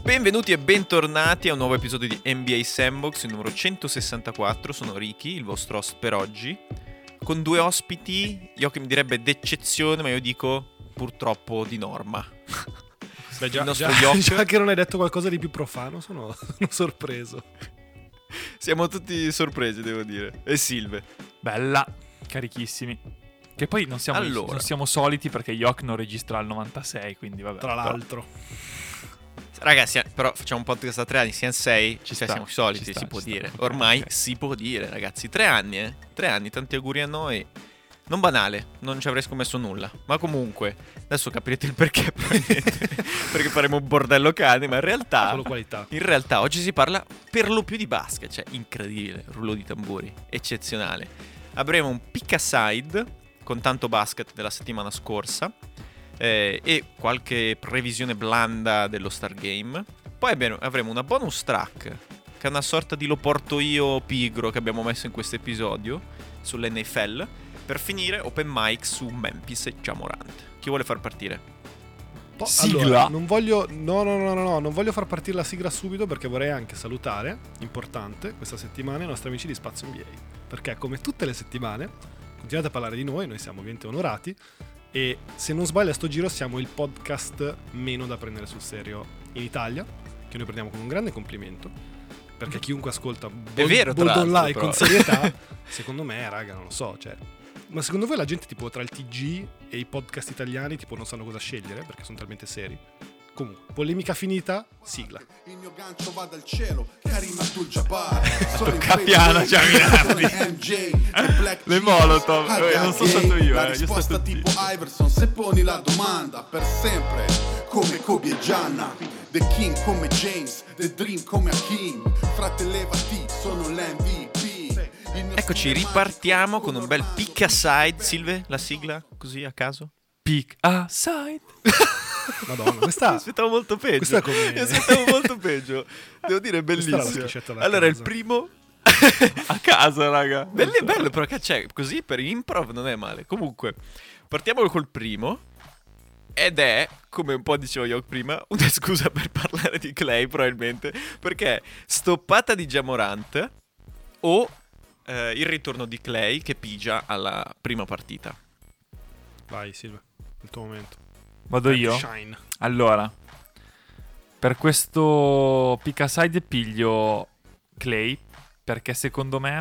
Benvenuti e bentornati a un nuovo episodio di NBA Sandbox, il numero 164. Sono Ricky, il vostro host per oggi, con due ospiti, Joachim direbbe d'eccezione, ma io dico purtroppo di norma. Beh, Il nostro già che non hai detto qualcosa di più profano, sono sorpreso. Siamo tutti sorpresi, devo dire. E Silve. Bella, carichissimi. Che poi non siamo soliti perché Yok non registra al 96, quindi vabbè. Tra l'altro. Ragazzi, però facciamo un podcast da 3 anni, siamo 6, siamo soliti, si può dire. Ormai okay. Si può dire, ragazzi. 3 anni, 3 anni, tanti auguri a noi. Non banale, non ci avrei scommesso nulla. Ma comunque, adesso capirete il perché, probabilmente. Perché faremo un bordello cane, ma in realtà... Solo qualità. In realtà oggi si parla per lo più di basket, cioè incredibile, rullo di tamburi, eccezionale. Avremo un pick aside con tanto basket della settimana scorsa e qualche previsione blanda dello Star Game. Poi avremo una bonus track che è una sorta di lo porto io pigro che abbiamo messo in questo episodio sull'NFL. Per finire open mic su Memphis e Ja Morant. Chi vuole far partire? Sigla. Allora, non voglio non voglio far partire la sigla subito perché vorrei anche salutare, importante, questa settimana i nostri amici di Spazio NBA, perché come tutte le settimane continuate a parlare di noi siamo ovviamente onorati e se non sbaglio a sto giro siamo il podcast meno da prendere sul serio in Italia, che noi prendiamo con un grande complimento, perché chiunque ascolta Bold Online con serietà, secondo me, raga, non lo so, cioè. Ma secondo voi la gente tipo tra il TG e i podcast italiani tipo non sanno cosa scegliere perché sono talmente seri? Comunque, polemica finita, sigla. Il mio gancio va dal cielo, Karim Abdul-Jabbar. Tocca piano, Giaminardi. Le Molotov, non sono stato io. La risposta tipo Iverson, se poni la domanda per sempre, come Kobe e Gianna. The King come James, The Dream come Hakim. Frate levati, sono l'MVP. Eccoci, ripartiamo con un bel pick aside. Silve, la sigla, così a caso? Pick aside. Madonna, questa Mi aspettavo molto peggio. Questa come... Mi aspettavo molto peggio. Devo dire, bellissimo. Allora, il primo... A casa, raga. Bello, però che c'è, così per improv non è male. Comunque, partiamo col primo. Ed è, come un po' dicevo io prima, una scusa per parlare di Clay, probabilmente. Perché stoppata di Ja Morant o il ritorno di Clay che pigia alla prima partita. Vai Silvia, il tuo momento. Vado io? Shine. Allora, per questo pick aside piglio Clay, perché secondo me,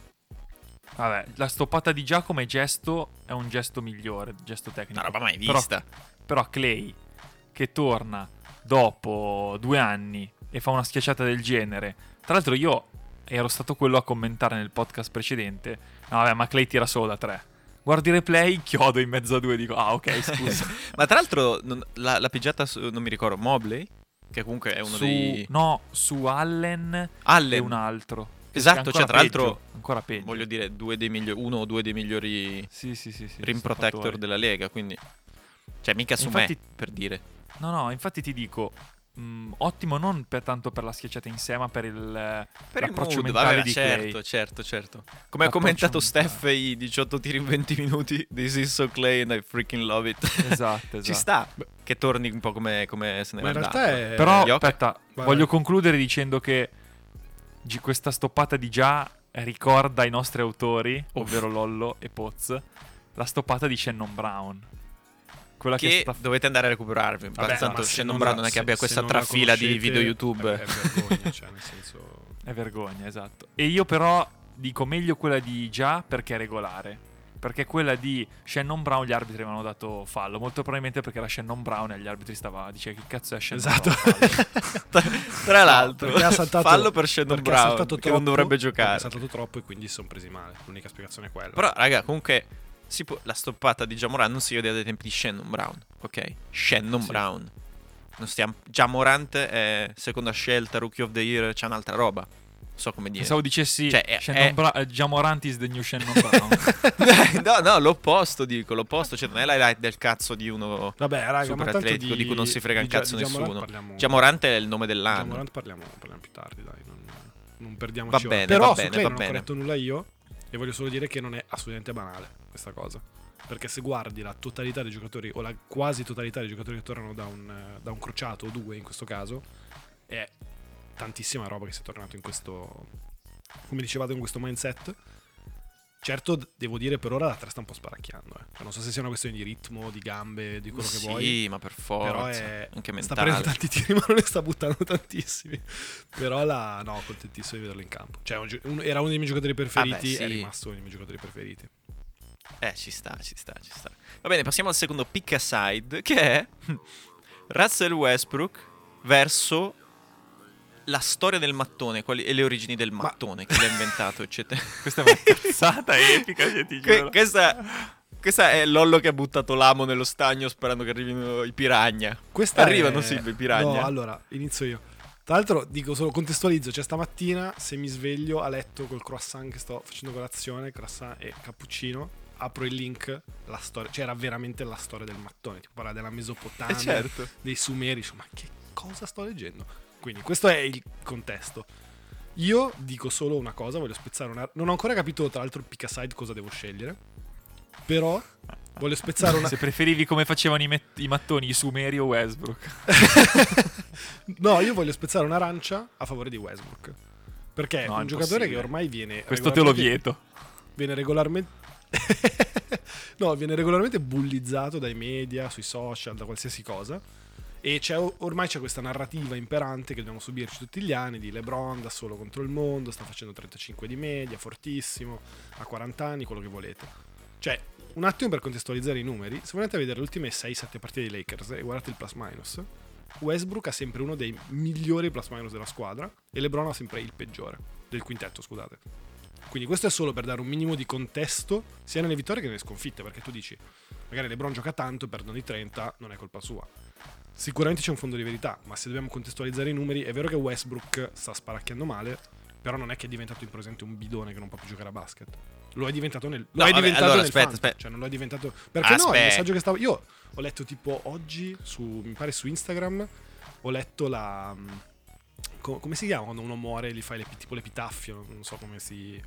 vabbè, la stoppata di Ja come gesto è un gesto migliore, gesto tecnico. Una roba mai vista. Però Clay, che torna dopo 2 anni e fa una schiacciata del genere. Tra l'altro io ero stato quello a commentare nel podcast precedente. No, vabbè, ma Clay tira solo da 3. Guardi il replay, chiodo in mezzo a 2 e dico, ah ok, scusa. Ma tra l'altro la pigiata su, non mi ricordo, Mobley, che comunque è uno dei... No, su Allen e un altro. Esatto, cioè tra l'altro ancora peggio. Voglio dire, uno o due dei migliori sì, rim protector della Lega, quindi cioè mica su infatti, me, per dire. No, infatti ti dico ottimo non tanto per la schiacciata in sé, ma per l'approccio mood, mentale vabbè, di certo, Clay. certo. Come ha commentato Steph i 18 tiri in 20 minuti, this is so Clay and I freaking love it. Esatto. Ci sta che torni un po' come se ne Ma va in andato. realtà è... Però Yok. aspetta, voglio concludere dicendo che questa stoppata di Ja ricorda ai nostri autori, ovvero Lollo e Poz, la stoppata di Shannon Brown. Quella che dovete andare a recuperarvi. Vabbè, tanto se Shannon non Brown la- non è che se- abbia se questa non la trafila di conoscete, video YouTube. È vergogna, cioè nel senso... È vergogna, esatto. E io però dico meglio quella di Ja perché è regolare. Perché quella di Shannon Brown gli arbitri avevano dato fallo. Molto probabilmente perché era Shannon Brown e gli arbitri diceva che cazzo è Shannon Esatto. Brown? Tra l'altro, perché ha saltato, fallo per Shannon perché ha Brown saltato che troppo, non dovrebbe perché giocare. ha saltato troppo e quindi si sono presi male. L'unica spiegazione è quella. Però raga, comunque la stoppata di Ja Morant non si vede dai tempi di Shannon Brown, ok? Shannon Brown. Non stiamo... Ja Morant è seconda scelta, Rookie of the Year, c'è un'altra roba. So come dire. Pensavo dicessi Cioè, Ja Morant is the new Shannon Brown. No, l'opposto dico, l'opposto. Cioè non è l'highlight del cazzo di uno Vabbè, raga, super ma tanto atletico di cui non si frega un cazzo di Ja Morant nessuno. parliamo- Ja Morant è il nome Ja dell'anno. Morant parliamo più tardi, dai. Non perdiamoci Va ora. bene, Però va su bene, Clay va non bene. ho corretto nulla io e voglio solo dire che non è assolutamente banale questa cosa. Perché se guardi la totalità dei giocatori o la quasi totalità dei giocatori che tornano da un crociato o 2 in questo caso, è tantissima roba che si è tornato in questo, come dicevate, in questo mindset. Certo, devo dire, per ora la 3 sta un po' sparacchiando. Cioè, non so se sia una questione di ritmo, di gambe, di quello che vuoi. Sì, ma per forza. Però anche mentale. sta prendendo tanti tiri, ma non ne sta buttando tantissimi. Però no, contentissimo di vederlo in campo. Cioè, era uno dei miei giocatori preferiti, sì. è rimasto uno dei miei giocatori preferiti. Ci sta. Va bene, passiamo al secondo pick aside, che è Russell Westbrook verso la storia del mattone e le origini del mattone, chi l'ha inventato, eccetera. Questa è una cazzata epica, che ti giuro. Questa è Lollo che ha buttato l'amo nello stagno sperando che arrivino i piranha. Arrivano, Silvio, i piranha. No, allora, inizio io. Tra l'altro, dico solo, contestualizzo, cioè stamattina se mi sveglio a letto col croissant che sto facendo colazione, croissant e cappuccino, apro il link, la storia, cioè era veramente la storia del mattone, tipo parla della Mesopotamia, certo. dei Sumeri, dico, ma che cosa sto leggendo? Quindi questo è il contesto. Io dico solo una cosa, voglio spezzare non ho ancora capito tra l'altro il pick aside cosa devo scegliere, però voglio spezzare una... Se preferivi come facevano i mattoni, i Sumeri o Westbrook. No, io voglio spezzare un'arancia a favore di Westbrook, perché è un giocatore che ormai viene... Questo te lo vieto. Viene regolarmente... no, viene regolarmente bullizzato dai media, sui social, da qualsiasi cosa. E ormai c'è questa narrativa imperante che dobbiamo subirci tutti gli anni di LeBron da solo contro il mondo, sta facendo 35 di media, fortissimo, ha 40 anni, quello che volete. Cioè, un attimo per contestualizzare i numeri, se volete vedere le ultime 6-7 partite dei Lakers e guardate il plus minus, Westbrook ha sempre uno dei migliori plus minus della squadra e LeBron ha sempre il peggiore, del quintetto, scusate. Quindi questo è solo per dare un minimo di contesto sia nelle vittorie che nelle sconfitte, perché tu dici, magari LeBron gioca tanto, perdono di 30, non è colpa sua. Sicuramente c'è un fondo di verità, ma se dobbiamo contestualizzare i numeri, è vero che Westbrook sta sparacchiando male, però non è che è diventato in presente un bidone che non può più giocare a basket. Lo è diventato nel aspetta. cioè non lo è diventato perché no, il messaggio che stavo io ho letto tipo oggi mi pare su Instagram, ho letto la come si chiama quando uno muore e gli fai tipo l'epitaffio, non so come si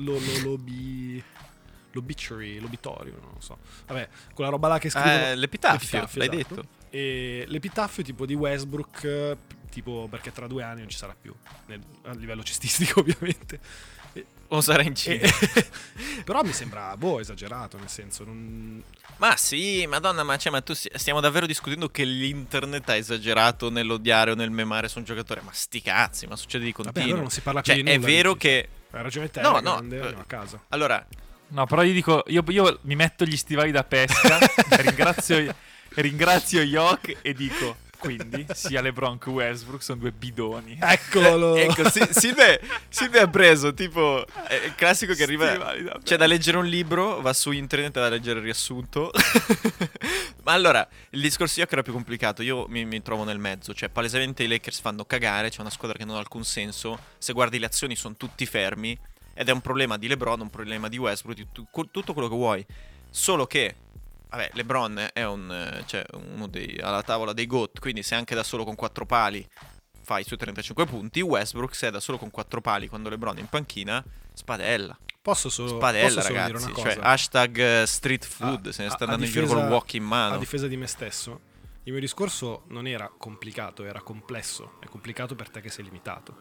l'obituary, non lo so. Vabbè, quella roba là che scrivono l'epitaffio, l'hai esatto. detto. E l'epitaffio tipo di Westbrook, tipo perché tra 2 anni non ci sarà più a livello cestistico, ovviamente. O sarà in Cina. Però mi sembra esagerato, nel senso Ma sì, madonna, ma tu stiamo davvero discutendo che l'internet ha esagerato nell'odiare o nel memare su un giocatore? Ma sti cazzi, ma succede di continuo. Vabbè, allora non si parla più di nulla. È vero che hai ragione te, no, grande, a casa. Allora, no, però io dico, io mi metto gli stivali da pesca, ringrazio Yok e dico, quindi sia LeBron che Westbrook sono 2 bidoni. Eccolo. Ecco, Silve ha preso tipo il classico che arriva, c'è da leggere un libro, va su internet da leggere il riassunto. Ma allora, il discorso Yok era più complicato. Io mi trovo nel mezzo. Cioè, palesemente i Lakers fanno cagare, c'è una squadra che non ha alcun senso. Se guardi le azioni sono tutti fermi, ed è un problema di LeBron, un problema di Westbrook, di tutto quello che vuoi. Solo che vabbè, LeBron è uno alla tavola dei GOAT, quindi se anche da solo con 4 pali fa i suoi 35 punti, Westbrook se è da solo con 4 pali quando LeBron è in panchina, spadella. Posso solo ragazzi, dire una cosa? Cioè, hashtag street food, se ne sta andando in giro col wok in mano. A difesa di me stesso, il mio discorso non era complicato, era complesso. È complicato per te che sei limitato.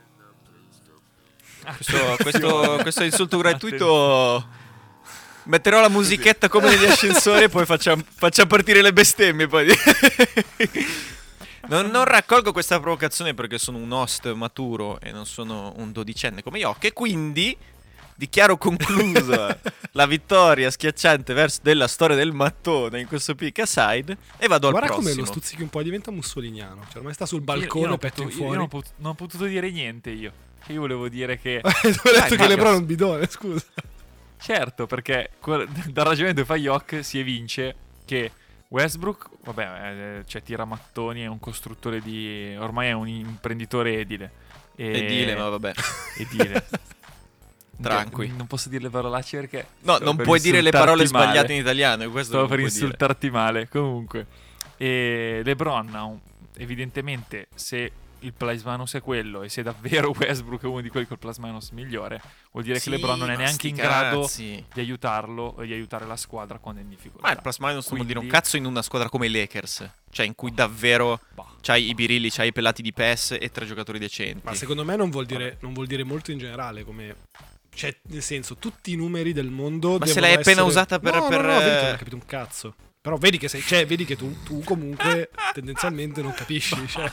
Questo insulto gratuito... Metterò la musichetta come negli ascensori e poi facciamo partire le bestemmie. Poi non raccolgo questa provocazione perché sono un host maturo e non sono un 12enne come Yok, e quindi dichiaro conclusa la vittoria schiacciante della storia del mattone in questo pick aside e vado al prossimo. Guarda come lo stuzzichi un po', diventa mussoliniano. Cioè ormai sta sul balcone, petto in fuori. Io non ho potuto dire niente io. Io volevo dire che... Tu hai detto che LeBron è un bidone, scusa. Certo, perché dal ragionamento che fa Yok si evince che Westbrook, vabbè, cioè tira mattoni, è un costruttore ormai è un imprenditore edile. Edile, ma vabbè. Edile. Tranqui. Non posso dire le parolacce perché... No, non puoi dire le parole sbagliate in italiano. Stavo per insultarti male, comunque. E LeBron, evidentemente, se il plus minus è quello, e se davvero Westbrook è uno di quelli col plus minus migliore, vuol dire Sì, che LeBron non è ma neanche sti in grado cazzi. di aiutarlo e di aiutare la squadra quando è in difficoltà. Ma il plus minus non vuol dire un Quindi- cazzo in una squadra come i Lakers, cioè in cui davvero Bah. c'hai i birilli, c'hai i pelati di PES e 3 giocatori decenti. Ma secondo me non vuol dire molto in generale, come... Cioè, nel senso, tutti i numeri del mondo Ma se devono l'hai appena essere- usata per- No, per- no, vedi che non hai capito un cazzo. Però vedi che vedi che tu comunque tendenzialmente non capisci, cioè.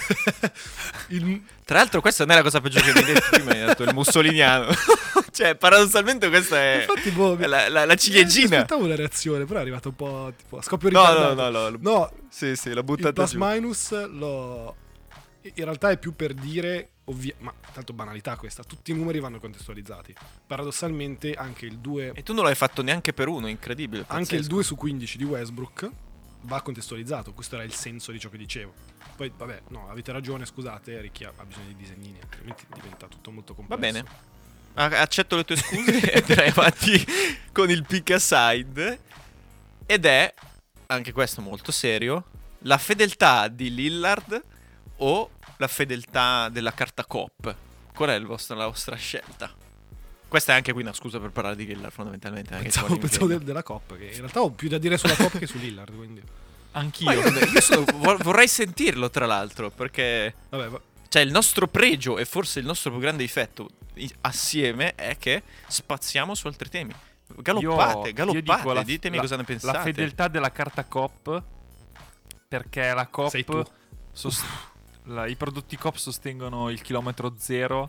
Tra l'altro questa non è la cosa peggiore che mi hai detto prima, mi hai detto il mussoliniano. Cioè, paradossalmente questa è Infatti, boh, la ciliegina. aspettavo una reazione, però è arrivato un po' tipo a scoppio No, ritardato. no. Sì, l'ho Il buttata plus giù. minus in realtà è più per dire ma tanto banalità questa, tutti i numeri vanno contestualizzati. Paradossalmente anche il 2 E tu non l'hai fatto neanche per uno, incredibile. anche il pazzesco. 2 su 15 di Westbrook va contestualizzato, questo era il senso di ciò che dicevo. Poi vabbè, no, avete ragione, scusate, Ricky ha bisogno di disegnini, altrimenti diventa tutto molto Va complesso. bene. Accetto le tue scuse e andrei avanti con il pick aside. Ed è, anche questo molto serio, la fedeltà di Lillard o la fedeltà della carta Cop. Qual è la vostra scelta? Questa è anche qui una scusa per parlare di Lillard, fondamentalmente. Anche Pensavo della Cop, che in realtà ho più da dire sulla Cop che su Lillard, quindi Anch'io. Ma io vorrei sentirlo, tra l'altro, perché vabbè, cioè il nostro pregio e forse il nostro più grande difetto assieme è che spaziamo su altri temi. Galoppate, Io dico ditemi cosa ne pensate. La fedeltà della carta Coop, perché la Sei tu. Coop i prodotti Coop sostengono il chilometro zero,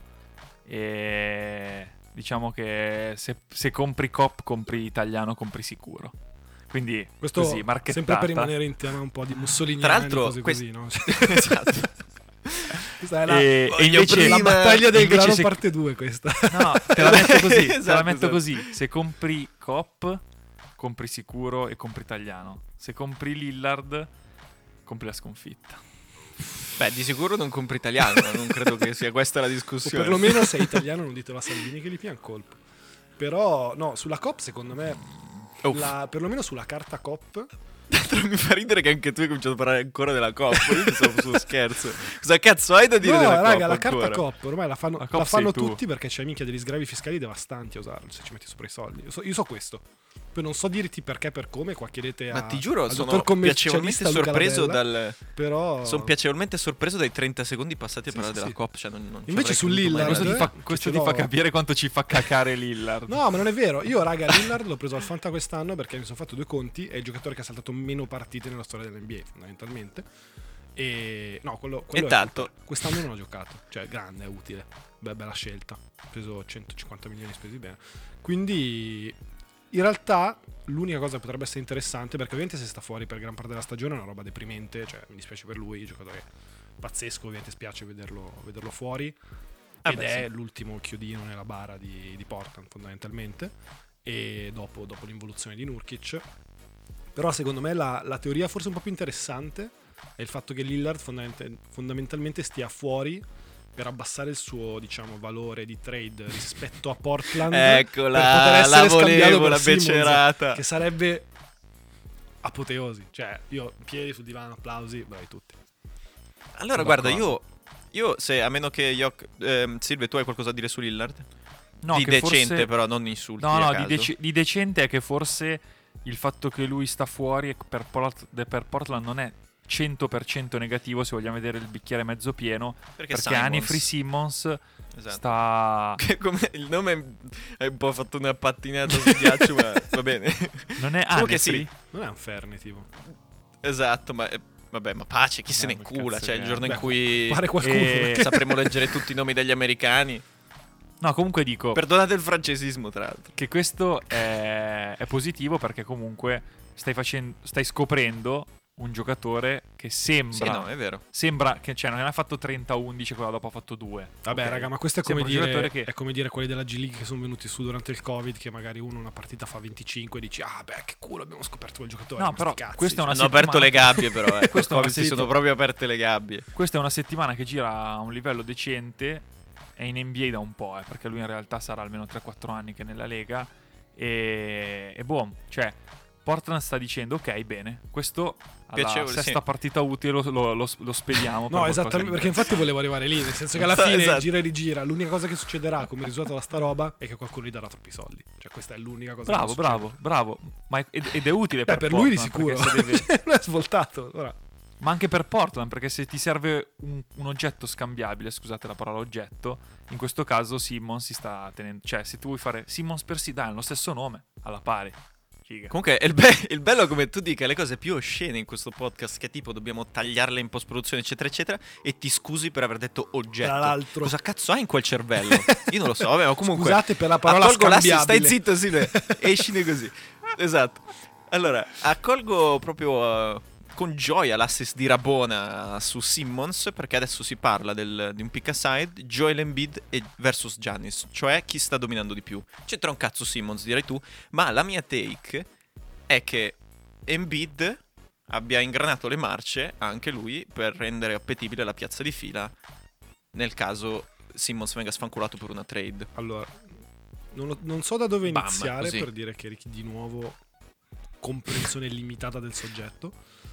e diciamo che se compri Coop, compri italiano, compri sicuro. Quindi questo così, marchettata. sempre per rimanere in tema un po' di Mussolini, Tra l'altro, cose così, no? Esatto. Questa è la, E Voglio invece prima- la battaglia del invece grano se- parte 2 questa. No, te la metto così, te la Esatto, metto esatto. così. Se compri Coop, compri sicuro e compri italiano. Se compri Lillard, compri la sconfitta. Beh, di sicuro non compri italiano, non credo che sia questa la O discussione. perlomeno se è italiano non ditelo a Salvini che gli pian colpo. Però no, sulla Cop secondo me Uff. perlomeno sulla carta Cop Mi fa ridere che anche tu hai cominciato a parlare ancora della Coppa. Io pensavo sullo scherzo. Cosa cazzo hai da dire no, della raga, Coppa la carta ancora? Cop ormai la fanno, La Coop la fanno sei tu. tutti perché c'è minchia degli sgravi fiscali devastanti a usarlo se ci metti sopra i soldi. Io so questo. Poi non so dirti perché per come, qua chiedete Ma ti giuro, al sono dottor piacevolmente commercialista Luca sorpreso Labella, però Sono piacevolmente sorpreso dai 30 secondi passati a Sì, parlare sì, della sì. Coppa. Cioè, non ci Invece avrei su creduto mai Lillard, nella vita. che Questo ce ti fa l'ho. capire quanto ci fa cacare Lillard. No, ma non è vero. Io, raga, Lillard l'ho preso al Fanta quest'anno perché mi sono fatto 2 conti. È il giocatore che ha saltato meno partite nella storia dell'NBA, fondamentalmente. E no, quello E è tanto. colpa. Quest'anno non ho giocato. Cioè, grande, è utile. Beh, bella scelta. Ho preso 150 milioni spesi bene. Quindi, in realtà, l'unica cosa che potrebbe essere interessante, perché ovviamente se sta fuori per gran parte della stagione è una roba deprimente. Cioè, mi dispiace per lui, giocatore pazzesco. Ovviamente spiace vederlo fuori. Ed beh, è sì. l'ultimo chiodino nella bara di Portland, fondamentalmente. E dopo l'involuzione di Nurkic. Però secondo me la teoria forse un po' più interessante è il fatto che Lillard fondamentalmente stia fuori per abbassare il suo, diciamo, valore di trade rispetto a Portland, Eccola, per poter essere la scambiato volevo, per la Simmons, becerata. che sarebbe apoteosi. Cioè, io piedi sul divano, applausi, bravi tutti. Allora, Sono guarda, d'accordo. io se a meno che Silve, tu hai qualcosa da dire su Lillard? No, di che decente, forse- però, non insulti. No, a no, caso. di decente è che forse il fatto che lui sta fuori per Portland non è 100% negativo se vogliamo vedere il bicchiere mezzo pieno, perché Simons. Anifree Simmons Esatto. sta... Che come il nome è un po' fatto una pattinata sul ghiaccio, ma va bene. Non è Diciamo che Anifree? sì. Non è un Fernie, tipo. Esatto, ma vabbè, ma pace, chi se ne quel incula. cazzo Cioè, che il è. giorno in Beh, cui Pare qualcuno. perché- sapremo leggere tutti i nomi degli americani. No, comunque dico Perdonate il francesismo, tra l'altro. che questo è positivo perché comunque stai scoprendo un giocatore che sembra... Sì, no, è vero. Sembra che non ha fatto 30-11, quella dopo ha fatto 2. Vabbè, Ok. raga, ma questo è Sembra come, un dire, giocatore che- è come dire quelli della G League che sono venuti su durante il Covid, che magari uno una partita fa 25 e dici, ah beh, che culo, abbiamo scoperto quel giocatore. No, ma però sti cazzi. questa è una Hanno aperto le settimana- gabbie, però. Questo è una Si sono settimana- proprio aperte le gabbie. Questa è una settimana che gira a un livello decente. È in NBA da un po', perché lui in realtà sarà almeno 3-4 anni che è nella Lega. E boh, cioè, Portland sta dicendo ok, bene, questo alla Piacevole, sesta sì. partita utile lo spediamo. No, esattamente, perché infatti volevo arrivare lì, nel senso che alla Esatto. fine gira e rigira, l'unica cosa che succederà come risultato da sta roba è che qualcuno gli darà troppi soldi. Cioè questa è l'unica cosa che può succedere. Bravo. Ed è utile Beh, per per lui di Portland, sicuro. perché se deve- Non è svoltato. Ora. Ma anche per Portland, perché se ti serve un oggetto scambiabile, scusate la parola oggetto, in questo caso Simmons si sta tenendo... Cioè, se tu vuoi fare Simmons per Sidan, lo stesso nome, alla pari. Figa. Comunque il bello è come tu dica le cose più oscene in questo podcast, che tipo dobbiamo tagliarle in post-produzione eccetera eccetera, e ti scusi per aver detto oggetto. Tra l'altro. Cosa cazzo hai in quel cervello? Io non lo so, vabbè, ma comunque Scusate per la parola accolgo scambiabile. stai zitto Silve, escine così. Esatto. Allora, accolgo proprio con gioia l'assist di Rabona su Simmons, perché adesso si parla di un pick aside, Joel Embiid versus Giannis, cioè chi sta dominando di più. C'entra un cazzo Simmons, direi tu, ma la mia take è che Embiid abbia ingranato le marce anche lui per rendere appetibile la piazza di fila nel caso Simmons venga sfanculato per una trade. Allora, non so da dove Bam, iniziare così. per dire che di nuovo comprensione limitata del soggetto.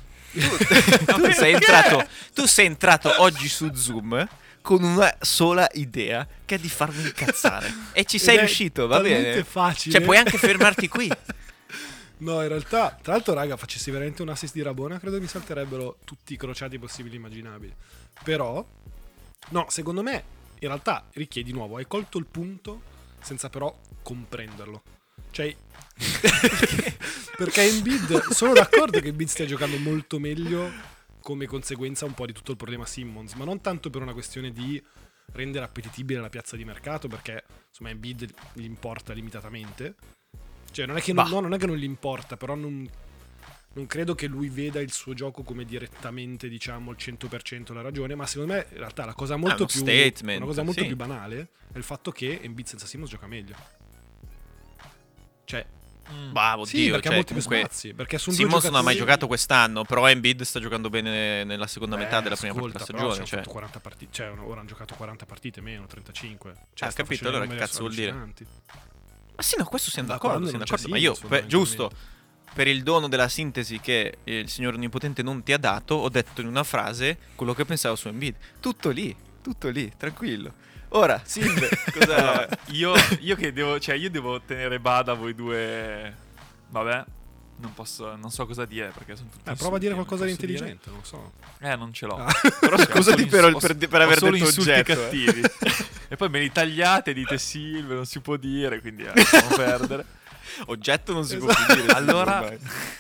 Tu sei entrato oggi su Zoom con una sola idea, che è di farmi incazzare, e ci sei Ed è riuscito, va talmente bene? facile. Cioè puoi anche fermarti qui. No, in realtà, tra l'altro, raga, facessi veramente un assist di Rabona, credo mi salterebbero tutti i crociati possibili e immaginabili. Però, no, secondo me, in realtà, Ricchi, di nuovo, hai colto il punto senza però comprenderlo. Cioè, perché Embiid, sono d'accordo che Embiid stia giocando molto meglio come conseguenza un po' di tutto il problema Simmons, ma non tanto per una questione di rendere appetibile la piazza di mercato, perché insomma Embiid gli importa limitatamente. Cioè non è che non è che non gli importa, però non credo che lui veda il suo gioco come direttamente, diciamo, al 100% la ragione, ma secondo me in realtà la cosa molto uno più statement, una cosa molto sì. più banale è il fatto che Embiid senza Simmons gioca meglio. Cioè, Bravo, sì, Dio, perché cioè, ha molti più comunque spazi, perché sono due Simmons non ha mai giocatori- giocato quest'anno, però Embiid sta giocando bene nella seconda metà della prima parte ascolta, della però stagione, ci cioè. hanno fatto 40 partite, cioè ora hanno giocato 40 partite meno, 35. Cioè, Ah, sta capito, facendo allora numeri che cazzo vuol dire? allucinanti. Ma sì, no, questo siamo Da d'accordo, quando siamo non c'è d'accordo, ma io, Simmons, giusto, fondamentalmente. per il dono della sintesi che il signor Onnipotente non ti ha dato, ho detto in una frase quello che pensavo su Embiid. Tutto lì, tranquillo. Ora, Silve, cosa... Allora, io che devo, cioè io devo tenere bada a voi due. Vabbè, non so cosa dire perché sono tutti Prova a dire insulti, qualcosa di non posso dire. intelligente, non so. Non ce l'ho. Ah. Però Cioè, scusati ho solo per aver ho solo detto insulti oggetto. cattivi. E poi me li tagliate e dite Silve, non si può dire, quindi lasciamo perdere. Oggetto non si può Esatto. più dire. Allora- ormai.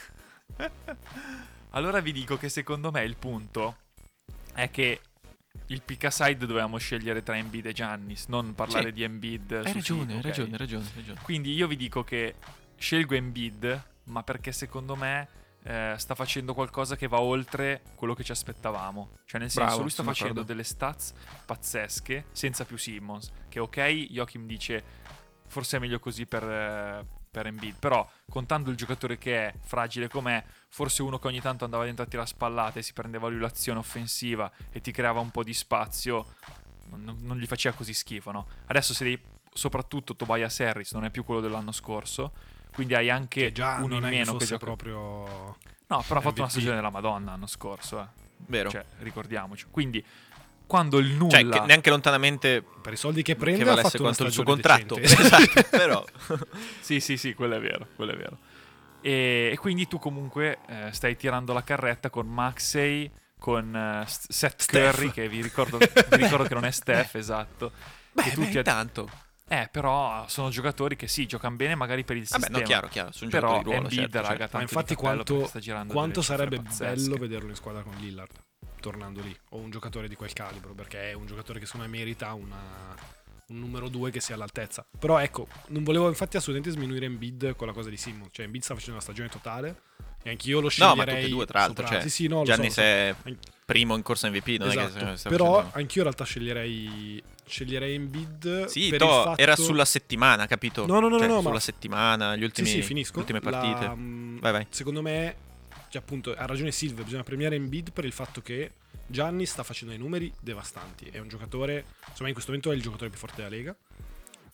Allora vi dico che secondo me il punto è che il pick aside dovevamo scegliere tra Embiid e Giannis, non parlare Sì. di Embiid. Hai su ragione, Figo, hai ok? ragione. Quindi io vi dico che scelgo Embiid, ma perché secondo me sta facendo qualcosa che va oltre quello che ci aspettavamo. Cioè nel senso, Bravo, lui sta sono facendo d'accordo. delle stats pazzesche senza più Simmons. Che ok, Joachim dice forse è meglio così per Embiid, però contando il giocatore che è, fragile com'è, forse uno che ogni tanto andava dentro a tirare spallate, si prendeva lui l'azione offensiva e ti creava un po' di spazio, non gli faceva così schifo, no? Adesso se devi, soprattutto Tobias Harris non è più quello dell'anno scorso, quindi hai anche Che già uno in non è che meno che fosse gioca. proprio. No, però ha fatto una MVP. stagione della Madonna l'anno scorso, Vero. Cioè, ricordiamoci. Quindi quando il nulla Cioè, che neanche lontanamente Per i soldi che che prende ha valesse fatto una quanto il suo stagione contratto. decente. Esatto, però. Sì, quello è vero. E quindi tu comunque stai tirando la carretta con Maxey, con Seth Steph. Curry, che vi ricordo che non è Steph, esatto. Beh, Che tutti intanto. però sono giocatori che sì, giocano bene magari per il Vabbè, sistema. no, chiaro, sono Però giocatori di ruolo, Embiid, certo, raga, certo. tanto Ma infatti di cappello perché sta girando quanto delle cifre sarebbe pazzesche. bello vederlo in squadra con Lillard, tornando lì, o un giocatore di quel calibro, perché è un giocatore che secondo me merita un numero 2 che sia all'altezza. Però ecco, non volevo infatti assolutamente sminuire Embiid con la cosa di Simmons, cioè Embiid sta facendo una stagione totale e anch'io lo No, sceglierei. ma tutti e due, tra l'altro. sopra- Cioè, sì, no, lo Giannis so. è primo in corsa MVP, non Esatto. è che sta Però facendo- anch'io in realtà sceglierei Embiid. Sì, per il fatto... era sulla settimana, capito? No, Cioè, no, sulla ma- settimana, gli ultimi, Sì, finisco. le ultime partite. Vai. Secondo me, cioè, appunto, ha ragione Silve, bisogna premiare Embiid per il fatto che Giannis sta facendo dei numeri devastanti. È un giocatore, insomma, in questo momento è il giocatore più forte della Lega.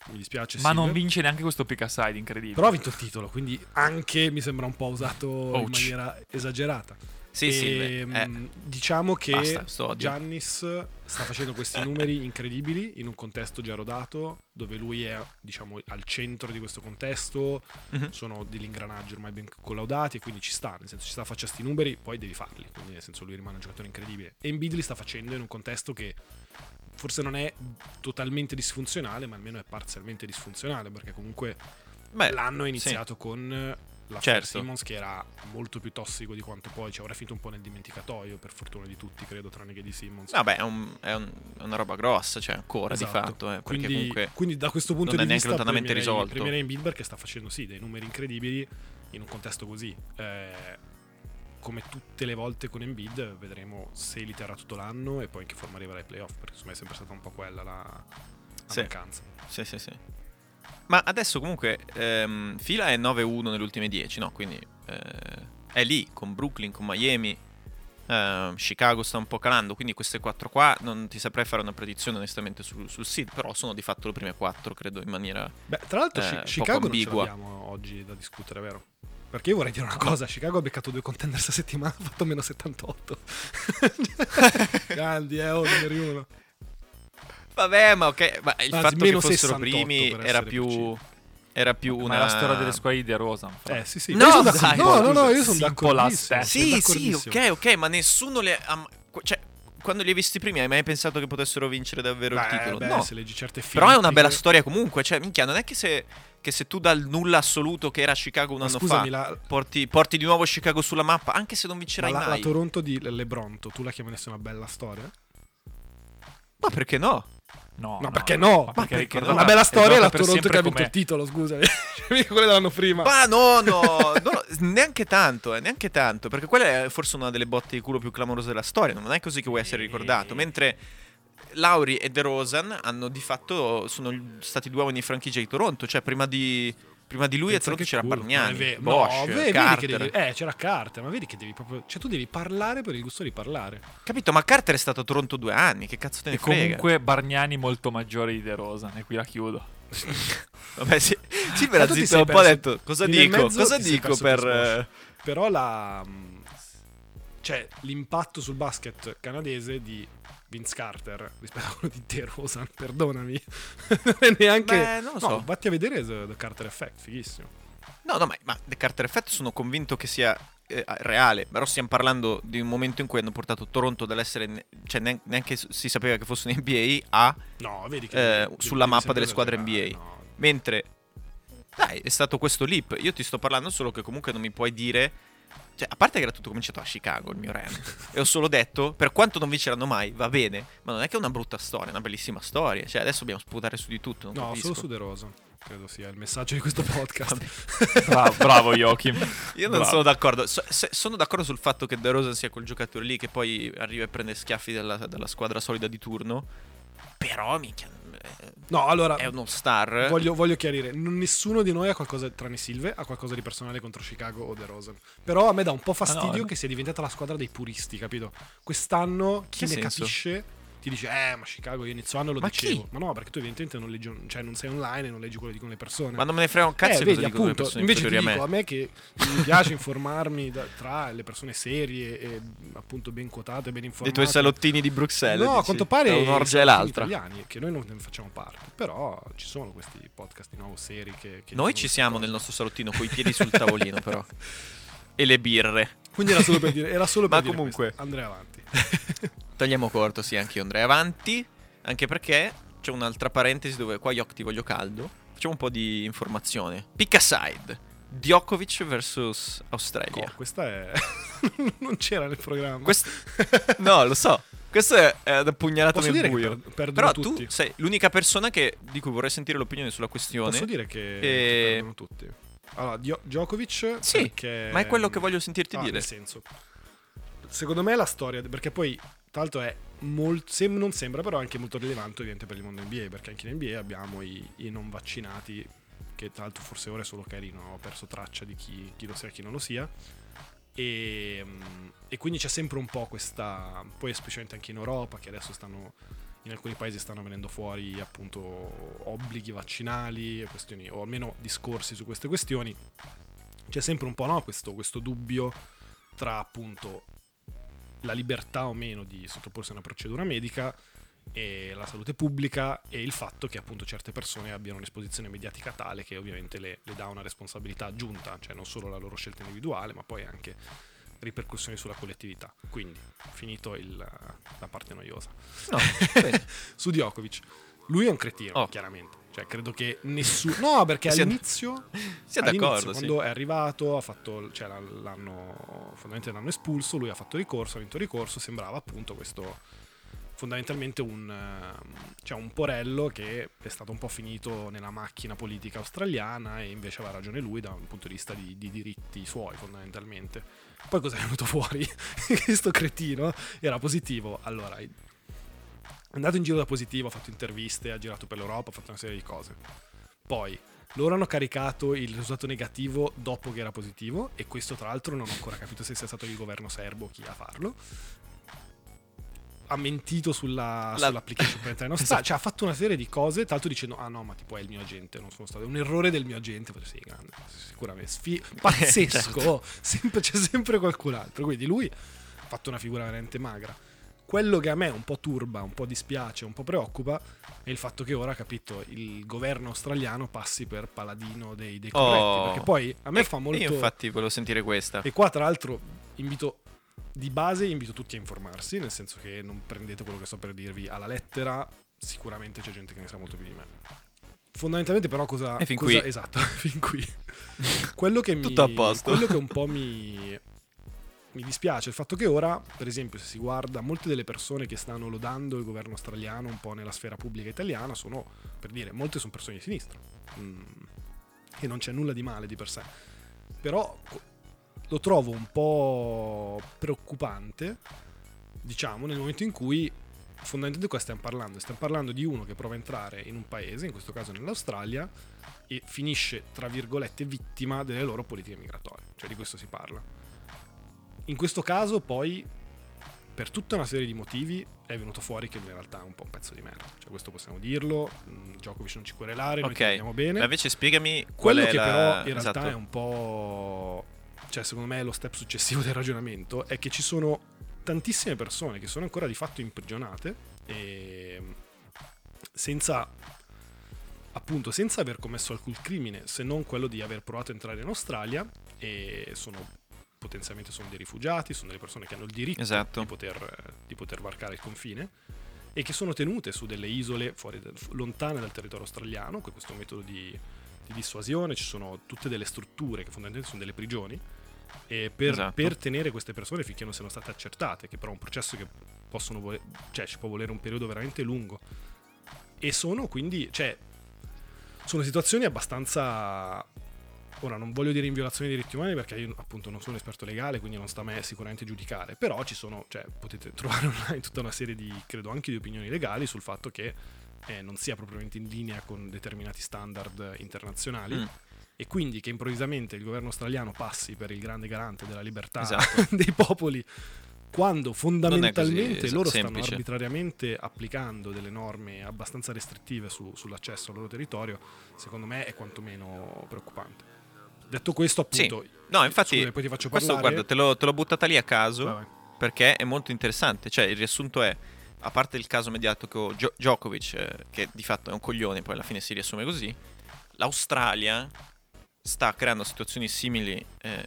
mi dispiace. Ma non Silver. vince neanche questo pick aside, incredibile. Però ha vinto il titolo, quindi anche mi sembra un po' usato in Ouch. maniera esagerata. Sì, sì. Diciamo che Basta, sto odio. Giannis sta facendo questi numeri incredibili in un contesto già rodato, dove lui è, diciamo, al centro di questo contesto. Mhm. Sono degli ingranaggi ormai ben collaudati e quindi ci sta, nel senso ci sta, faccia sti numeri, poi devi farli, quindi nel senso lui rimane un giocatore incredibile. E Embiid li sta facendo in un contesto che forse non è totalmente disfunzionale, ma almeno è parzialmente disfunzionale, perché comunque Beh, l'anno è sì. iniziato con la Certo. Simmons, che era molto più tossico di quanto poi ci avrà finito un po' nel dimenticatoio, per fortuna di tutti, credo, tranne che di Simmons. Vabbè, è una roba grossa, cioè ancora Esatto. di fatto, perché quindi, comunque quindi da questo punto non di è neanche vista lontanamente risolto. premierei Embiid perché sta facendo sì dei numeri incredibili in un contesto così. Come tutte le volte con Embiid vedremo se li terrà tutto l'anno e poi in che forma arriverà ai playoff, perché secondo me è sempre stata un po' quella la Sì. mancanza. Sì, sì, sì. Ma adesso comunque fila è 9-1 nelle ultime 10, no? Quindi è lì con Brooklyn, con Miami. Chicago sta un po' calando, quindi queste 4 qua non ti saprei fare una predizione onestamente sul seed, però sono di fatto le prime 4, credo, in maniera Beh, tra l'altro poco Chicago non ce ambigua. l'abbiamo oggi da discutere, vero? Perché io vorrei dire una cosa, Chicago ha beccato 2 contenders a settimana, ha fatto meno 78. Grandi, numeri 1. Vabbè, ma ok, ma il Anzi, fatto che meno fossero 68 primi per era essere più Ma una è la storia delle squadre di DeRozan. fra. Sì, sì. No, Io sono dai, d'accordo. No, io sono Simple d'accordissimo. as sono Sì, sì, d'accordissimo. ok, ma nessuno cioè, quando li hai visti primi hai mai pensato che potessero vincere davvero il titolo? Beh, No. se leggi certe Però è una bella filmiche- storia comunque, cioè, minchia, non è che se tu dal nulla assoluto che era Chicago un Ma anno scusami, fa porti di nuovo Chicago sulla mappa, anche se non vincerai la mai. Toronto di LeBron, tu la chiameresti una bella storia? Ma perché no? No, No, perché no? Ma perché perché ricordate- Una bella storia è la per Toronto sempre che ha vinto come- il titolo, scusami. Cioè, mica quelle dell'anno prima. Ma no, neanche tanto, perché quella è forse una delle botte di culo più clamorose della storia, non è così che vuoi essere ricordato, mentre Lauri e DeRozan hanno di fatto sono stati 2 uomini di franchigia di Toronto, cioè prima di lui a Pensa Toronto che c'era culo. Bargnani, No, Bosch, vedi che Carter. c'era Carter, ma vedi che devi proprio, cioè tu devi parlare per il gusto di parlare. Capito? Ma Carter è stato a Toronto 2 anni, che cazzo te ne E frega? comunque Bargnani molto maggiore di DeRozan. E qui la chiudo. Vabbè, sì, Ma però tu ti zitto, sei un po' perso- detto, cosa nel dico? mezzo Cosa ti sei dico perso per... Chris Bosh. Però cioè l'impatto sul basket canadese di Vince Carter rispetto a quello di DeRozan, perdonami. Non è neanche Beh, non lo so. No, vatti a vedere The Carter Effect, fighissimo. No, ma The Carter Effect sono convinto che sia reale, però stiamo parlando di un momento in cui hanno portato Toronto dall'essere, cioè neanche si sapeva che fosse un NBA a No, vedi che sulla devi mappa sempre delle squadre esagerare, NBA. no. Mentre, dai, è stato questo leap. Io ti sto parlando solo che comunque non mi puoi dire... Cioè, a parte che era tutto cominciato a Chicago, il mio rant. E ho solo detto, per quanto non vinceranno mai, va bene. Ma non è che è una brutta storia, è una bellissima storia. Cioè, adesso dobbiamo sputare su di tutto, non No, capisco. solo su DeRozan. Credo sia il messaggio di questo podcast. Bravo Joachim. Io non Bravo. sono d'accordo. Sono d'accordo sul fatto che DeRozan sia quel giocatore lì che poi arriva e prende schiaffi dalla squadra solida di turno. Però, minchia, No, allora è uno star. voglio chiarire, nessuno di noi ha qualcosa, tranne Silve, ha qualcosa di personale contro Chicago o DeRozan. Però a me dà un po' fastidio no. che sia diventata la squadra dei puristi, capito? Quest'anno chi Che ne senso? capisce ti dice ma Chicago io inizio anno lo Ma dicevo. chi? Ma no, perché tu evidentemente non leggi, cioè non sei online e non leggi quello che dicono le persone. Ma non me ne frega un cazzo di vedi, cosa dicono le appunto, persone invece ti inferiori dico, a a me. me che mi piace informarmi tra le persone serie e appunto ben quotate, ben Dei informate. tuoi salottini di Bruxelles. No, a dici? quanto pare Tra un'orgia e sono l'altra. italiani, che noi non ne facciamo parte. Però ci sono questi podcast di nuovo seri che Noi dicono ci queste siamo cose. nel nostro salottino, coi piedi sul tavolino, però. E le birre. Quindi era solo per dire, Ma dire comunque- questo. Andrea avanti. Tagliamo corto, sì, anche io andrei avanti. Anche perché c'è un'altra parentesi dove qua Yok ti voglio caldo. Facciamo un po' di informazione. Pick aside. Djokovic versus Australia. Questa è non c'era nel programma. No, lo so. Questo è una pugnalata Posso nel dire buio. che perdono Però tutti. tu sei l'unica persona di cui vorrei sentire l'opinione sulla questione. Posso dire che E- perdono tutti. Allora, Djokovic Sì, perché ma è quello che voglio sentirti dire. Nel senso, secondo me la storia, perché poi tra l'altro è non sembra, però anche molto rilevante ovviamente per il mondo NBA, perché anche in NBA abbiamo i non vaccinati, che tra l'altro forse ora è solo Kyrie, non ho perso traccia di chi lo sia e chi non lo sia. e quindi c'è sempre un po' questa, poi specialmente anche in Europa, che adesso in alcuni paesi stanno venendo fuori appunto obblighi vaccinali, questioni, o almeno discorsi su queste questioni. C'è sempre un po', no, questo dubbio tra appunto la libertà o meno di sottoporsi a una procedura medica e la salute pubblica, e il fatto che appunto certe persone abbiano un'esposizione mediatica tale che ovviamente le dà una responsabilità aggiunta, cioè non solo la loro scelta individuale ma poi anche ripercussioni sulla collettività. Quindi finito la parte noiosa. No, su Djokovic, lui è un cretino, chiaramente, cioè credo che nessuno, no, perché all'inizio d'accordo, quando è arrivato ha fatto, cioè fondamentalmente l'hanno espulso, lui ha fatto ricorso, ha vinto ricorso, sembrava appunto questo fondamentalmente un porello che è stato un po' finito nella macchina politica australiana, e invece aveva ragione lui da un punto di vista di diritti suoi fondamentalmente. Poi cosa è venuto fuori? Questo cretino era positivo, allora è andato in giro da positivo, ha fatto interviste, ha girato per l'Europa, ha fatto una serie di cose. Poi loro hanno caricato il risultato negativo dopo che era positivo, e questo tra l'altro non ho ancora capito se sia stato il governo serbo o chi a farlo. Ha mentito sull'application per entrare in Australia, cioè ha fatto una serie di cose, tra l'altro dicendo no, ma tipo è il mio agente, non sono stato, è un errore del mio agente. Sì, grande, sicuramente pazzesco. Certo. C'è sempre qualcun altro, quindi lui ha fatto una figura veramente magra. Quello che a me un po' turba, un po' dispiace, un po' preoccupa è il fatto che ora, capito, il governo australiano passi per paladino dei corretti, perché poi a me fa molto. Io infatti volevo sentire questa. E qua tra l'altro invito tutti a informarsi, nel senso che non prendete quello che sto per dirvi alla lettera, sicuramente c'è gente che ne sa molto più di me. Fondamentalmente però qui. Esatto, fin qui. Quello che tutto a posto. Quello che un po' mi dispiace è il fatto che ora, per esempio, se si guarda, molte delle persone che stanno lodando il governo australiano un po' nella sfera pubblica italiana sono, per dire, molte sono persone di sinistra, e non c'è nulla di male di per sé, però lo trovo un po' preoccupante, diciamo, nel momento in cui fondamentalmente qua stiamo parlando di uno che prova a entrare in un paese, in questo caso nell'Australia, e finisce tra virgolette vittima delle loro politiche migratorie, cioè di questo si parla. In questo caso poi, per tutta una serie di motivi, è venuto fuori che lui in realtà è un po' un pezzo di merda, cioè questo possiamo dirlo. Djokovic non ci querelare, noi ti vogliamo bene. Ma invece spiegami quello che però in realtà è un po', cioè secondo me è lo step successivo del ragionamento, è che ci sono tantissime persone che sono ancora di fatto imprigionate e senza aver commesso alcun crimine, se non quello di aver provato a entrare in Australia, e potenzialmente sono dei rifugiati, sono delle persone che hanno il diritto di poter varcare il confine, e che sono tenute su delle isole lontane dal territorio australiano con questo metodo di dissuasione. Ci sono tutte delle strutture che fondamentalmente sono delle prigioni, e per tenere queste persone finché non siano state accertate, che però è un processo che ci può volere un periodo veramente lungo, e sono quindi, sono situazioni abbastanza, ora non voglio dire in violazione dei diritti umani perché io appunto non sono un esperto legale, quindi non sta a me sicuramente giudicare, però ci sono, potete trovare online tutta una serie di, credo anche di opinioni legali sul fatto che non sia propriamente in linea con determinati standard internazionali, e quindi che improvvisamente il governo australiano passi per il grande garante della libertà dei popoli, quando fondamentalmente loro stanno arbitrariamente applicando delle norme abbastanza restrittive sull'accesso al loro territorio. Secondo me è quantomeno preoccupante. Detto questo, appunto, no, infatti, scusami, poi ti faccio questo parlare. guarda, te l'ho buttata lì a caso. Vai. Perché è molto interessante. Cioè, il riassunto è, a parte il caso mediatico Djokovic, che di fatto è un coglione, poi alla fine si riassume così, l'Australia sta creando situazioni simili,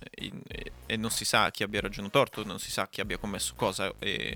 e non si sa chi abbia ragione o torto, non si sa chi abbia commesso cosa,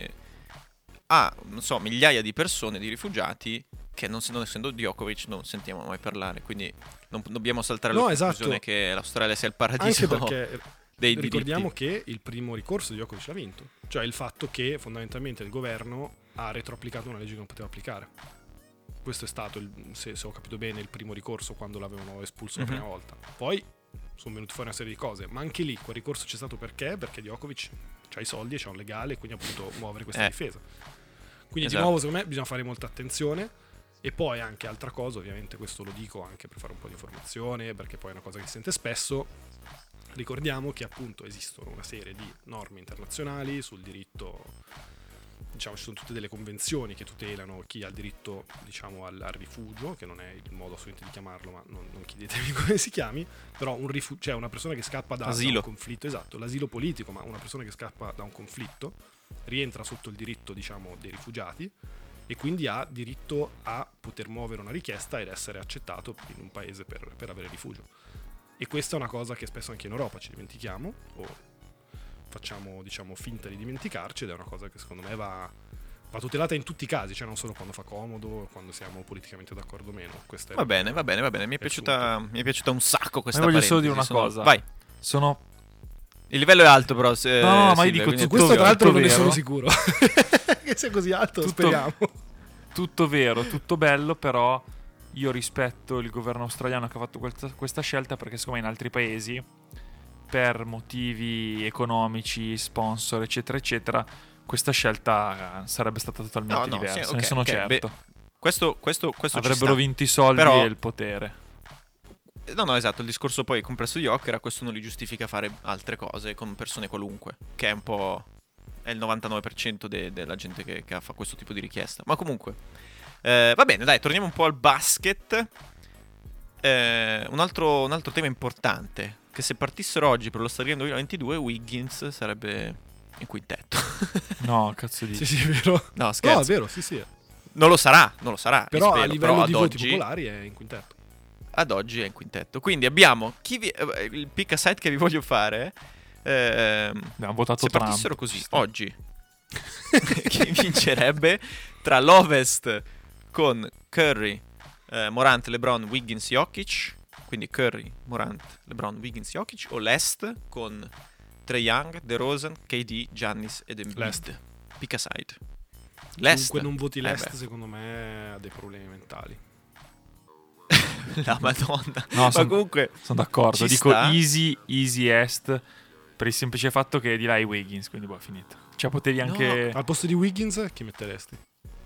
ha, non so, migliaia di persone, di rifugiati, che non essendo Djokovic non sentiamo mai parlare, quindi non dobbiamo saltare la conclusione che l'Australia sia il paradiso. Anche perché dei ricordiamo diritti. che il primo ricorso di Djokovic l'ha vinto, cioè il fatto che fondamentalmente il governo ha retroapplicato una legge che non poteva applicare. Questo è stato, se ho capito bene, il primo ricorso quando l'avevano espulso la prima volta. Poi sono venute fuori una serie di cose, ma anche lì quel ricorso c'è stato perché Djokovic c'ha i soldi e c'ha un legale, quindi ha potuto muovere questa difesa. Quindi di nuovo secondo me bisogna fare molta attenzione. E poi anche altra cosa, ovviamente questo lo dico anche per fare un po' di informazione, perché poi è una cosa che si sente spesso, Ricordiamo che appunto esistono una serie di norme internazionali sul diritto, diciamo ci sono tutte delle convenzioni che tutelano chi ha il diritto, diciamo, al rifugio, che non è il modo assolutamente di chiamarlo, ma non chiedetemi come si chiami, però cioè una persona che scappa da un conflitto, esatto, l'asilo politico, ma una persona che scappa da un conflitto rientra sotto il diritto, diciamo, dei rifugiati, e quindi ha diritto a poter muovere una richiesta ed essere accettato in un paese per avere rifugio. E questa è una cosa che spesso anche in Europa ci dimentichiamo o facciamo, diciamo, finta di dimenticarci, ed è una cosa che secondo me va tutelata in tutti i casi, cioè non solo quando fa comodo, quando siamo politicamente d'accordo o meno. Va bene, mi è piaciuta un sacco questa ma voglio parentesi. solo dire una cosa. Vai. Il livello è alto, però. No, ma io dico Su questo tra l'altro non ne sono sicuro. Che sia così alto, speriamo. Tutto vero, tutto bello, però io rispetto il governo australiano che ha fatto questa scelta, perché secondo me in altri paesi, per motivi economici, sponsor, eccetera, eccetera, questa scelta sarebbe stata totalmente diversa. Sì, okay, ne sono okay. certo. Questo avrebbero vinto i soldi però, e il potere. No, esatto, il discorso poi compresso di Joker, questo non li giustifica fare altre cose con persone qualunque, che è un po'... è il 99% della gente che fa questo tipo di richiesta. Ma comunque, va bene, dai, torniamo un po' al basket. Un altro tema importante, che se partissero oggi per lo Star Game 2022, Wiggins sarebbe in quintetto. No, cazzo di... Sì, è vero. No, scherzo. No, è vero, sì. Non lo sarà. Però spero, a livello di voti oggi, popolari è in quintetto. Ad oggi è in quintetto. Quindi abbiamo il pick a site che vi voglio fare. Abbiamo votato se Trump. partissero così oggi, chi vincerebbe tra l'Ovest con Curry, Morant, LeBron, Wiggins, Jokic, quindi Curry, Morant, LeBron, Wiggins, Jokic, o l'Est con Trae Young, DeRozan, KD, Giannis ed Embiid? L'Est. Pick a side. L'Est. Comunque non voti l'Est, beh. secondo me ha dei problemi mentali. La Madonna. No, ma comunque sono d'accordo. Dico sta. easy Est, per il semplice fatto che di là è Wiggins, quindi è finito. Cioè potevi anche... Al posto di Wiggins chi metteresti?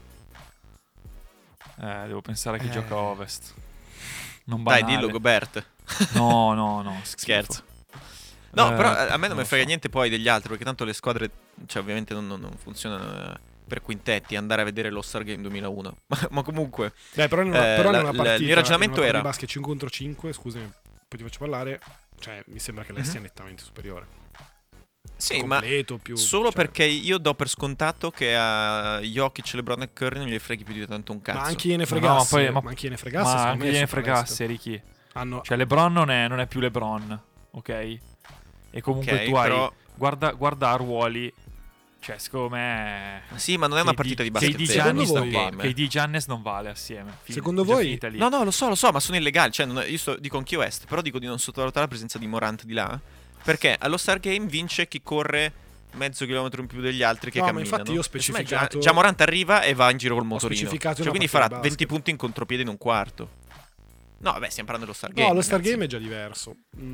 Devo pensare che gioca a Ovest. Non Dai, banale. dillo Gobert. No. Scherzo. No, però a me non me frega so. niente poi degli altri, perché tanto le squadre, cioè ovviamente non funzionano per quintetti, andare a vedere lo Star Game 2001. Ma comunque... Però in una partita, il mio ragionamento era... di basket 5 contro 5, scusami, poi ti faccio parlare, cioè mi sembra che l'Est sia nettamente superiore. Sì, completo, ma più, solo cioè... perché io do per scontato che a Jokic, LeBron e Curry non gli freghi più di tanto un cazzo. Ma anche gliene fregasse, ma anche gliene fregasse, ma anche gliene fregasse, Ricky. Cioè LeBron non è più LeBron, ok? E comunque okay, tu hai... però... guarda a ruoli... Cioè, secondo me... Sì, ma non è una partita di basket. KD Giannis non vale assieme. Secondo voi? No, lo so, ma sono illegali. Cioè, io dico anch'io Est, però dico di non sottovalutare la presenza di Morant di là. Perché allo Star Game vince chi corre mezzo chilometro in più degli altri che camminano. Ma infatti io ho specificato... Già Morant arriva e va in giro col motorino. Cioè, quindi farà basket. 20 punti in contropiede in un quarto. No, vabbè, stiamo parlando dello Star Game. No, lo Star Game è già diverso.